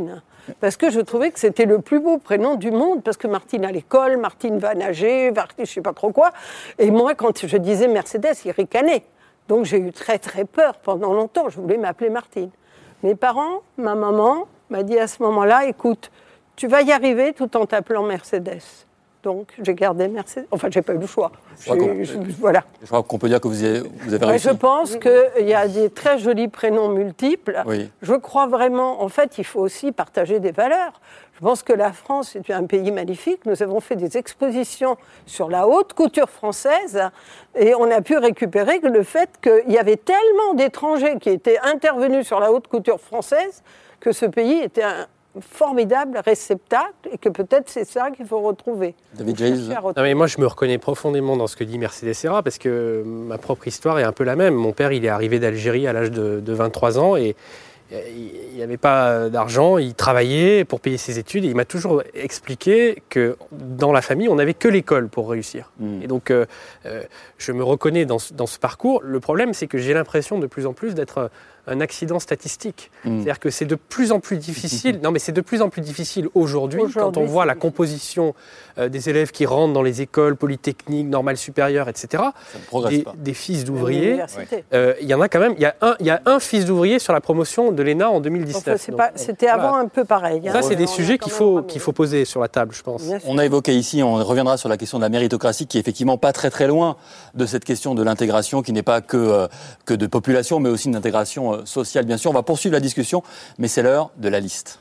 parce que je trouvais que c'était le plus beau prénom du monde, parce que Martine à l'école, Martine va nager, je sais pas trop quoi. Et moi, quand je disais Mercedes, il ricanait. Donc j'ai eu très très peur pendant longtemps. Je voulais m'appeler Martine. Mes parents, ma maman, m'a dit à ce moment-là, écoute, tu vas y arriver tout en t'appelant Mercedes. Donc, j'ai gardé Mercedes. Enfin, j'ai pas eu le choix. Voilà. Je crois qu'on peut dire que vous avez réussi. Je pense qu'il y a des très jolis prénoms multiples. Oui. Je crois vraiment, en fait, il faut aussi partager des valeurs. Je pense que la France est un pays magnifique. Nous avons fait des expositions sur la haute couture française et on a pu récupérer le fait qu'il y avait tellement d'étrangers qui étaient intervenus sur la haute couture française que ce pays était un formidable réceptacle et que peut-être c'est ça qu'il faut retrouver. David Jayes. Non, mais moi, je me reconnais profondément dans ce que dit Mercedes Serra parce que ma propre histoire est un peu la même. Mon père, il est arrivé d'Algérie à l'âge de 23 ans et il n'y avait pas d'argent, il travaillait pour payer ses études et il m'a toujours expliqué que dans la famille, on n'avait que l'école pour réussir. Et donc, je me reconnais dans ce parcours. Le problème, c'est que j'ai l'impression de plus en plus d'être un accident statistique. C'est-à-dire que c'est de plus en plus difficile. Non, mais c'est de plus en plus difficile aujourd'hui quand on voit la composition des élèves qui rentrent dans les écoles polytechniques, normales supérieures, etc. Des fils d'ouvriers. Il y en a quand même. Il y a un fils d'ouvrier sur la promotion de l'ENA en 2019. Enfin, c'était avant un peu pareil. Ça, c'est des sujets qu'il faut poser sur la table, je pense. On a évoqué ici, on reviendra sur la question de la méritocratie, qui est effectivement pas très très loin de cette question de l'intégration, qui n'est pas que de population, mais aussi une intégration sociale, bien sûr. On va poursuivre la discussion, mais c'est l'heure de la liste.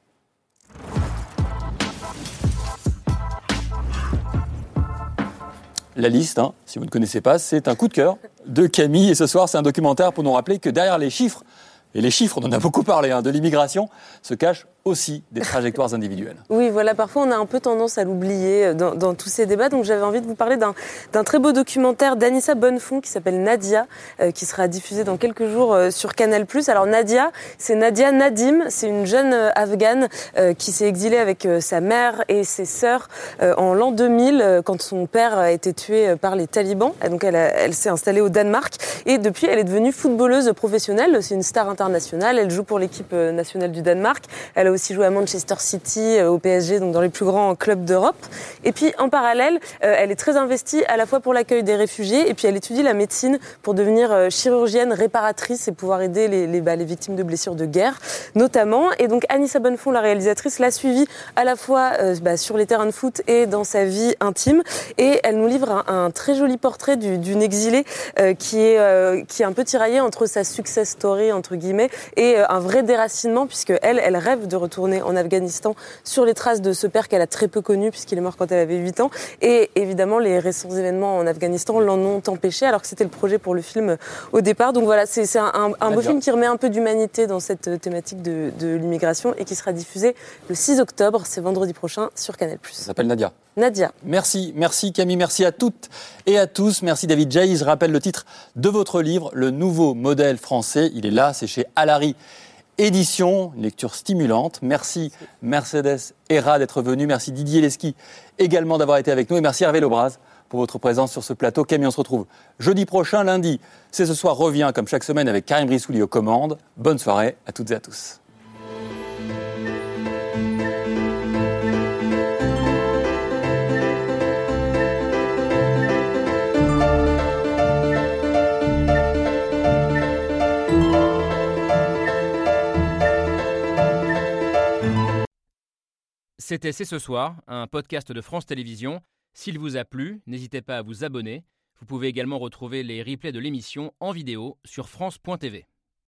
La liste, si vous ne connaissez pas, c'est un coup de cœur de Camille. Et ce soir, c'est un documentaire pour nous rappeler que derrière les chiffres, et les chiffres, on en a beaucoup parlé, de l'immigration, se cachent aussi des trajectoires individuelles. Oui, voilà, parfois on a un peu tendance à l'oublier dans tous ces débats. Donc j'avais envie de vous parler d'un très beau documentaire d'Anissa Bonnefond qui s'appelle Nadia, qui sera diffusé dans quelques jours sur Canal+. Alors Nadia, c'est Nadia Nadim, c'est une jeune Afghane qui s'est exilée avec sa mère et ses sœurs en l'an 2000 quand son père a été tué par les talibans. Et donc elle s'est installée au Danemark et depuis elle est devenue footballeuse professionnelle. C'est une star internationale, elle joue pour l'équipe nationale du Danemark. Elle a aussi joué à Manchester City, au PSG, donc dans les plus grands clubs d'Europe. Et puis, en parallèle, elle est très investie à la fois pour l'accueil des réfugiés et puis elle étudie la médecine pour devenir chirurgienne réparatrice et pouvoir aider les victimes de blessures de guerre, notamment. Et donc, Anissa Bonnefond, la réalisatrice, l'a suivie à la fois sur les terrains de foot et dans sa vie intime. Et elle nous livre un très joli portrait d'une exilée qui est un peu tiraillée entre sa success story, entre guillemets, et un vrai déracinement, puisque elle rêve de retourner en Afghanistan sur les traces de ce père qu'elle a très peu connu puisqu'il est mort quand elle avait 8 ans. Et évidemment, les récents événements en Afghanistan l'en ont empêché alors que c'était le projet pour le film au départ. Donc voilà, c'est un beau film qui remet un peu d'humanité dans cette thématique de l'immigration et qui sera diffusé le 6 octobre, c'est vendredi prochain sur Canal+. Ça s'appelle Nadia. Nadia. Merci Camille, merci à toutes et à tous. Merci David Jayes. Je rappelle le titre de votre livre, Le nouveau modèle français. Il est là, c'est chez Alary Édition, une lecture stimulante. Merci Mercedes Serra d'être venue. Merci Didier Lesky également d'avoir été avec nous. Et merci Hervé Lebras pour votre présence sur ce plateau. Camille, on se retrouve jeudi prochain, lundi. C'est ce soir, revient comme chaque semaine avec Karim Brissouli aux commandes. Bonne soirée à toutes et à tous. C'était C'est ce soir, un podcast de France Télévisions. S'il vous a plu, n'hésitez pas à vous abonner. Vous pouvez également retrouver les replays de l'émission en vidéo sur France.tv.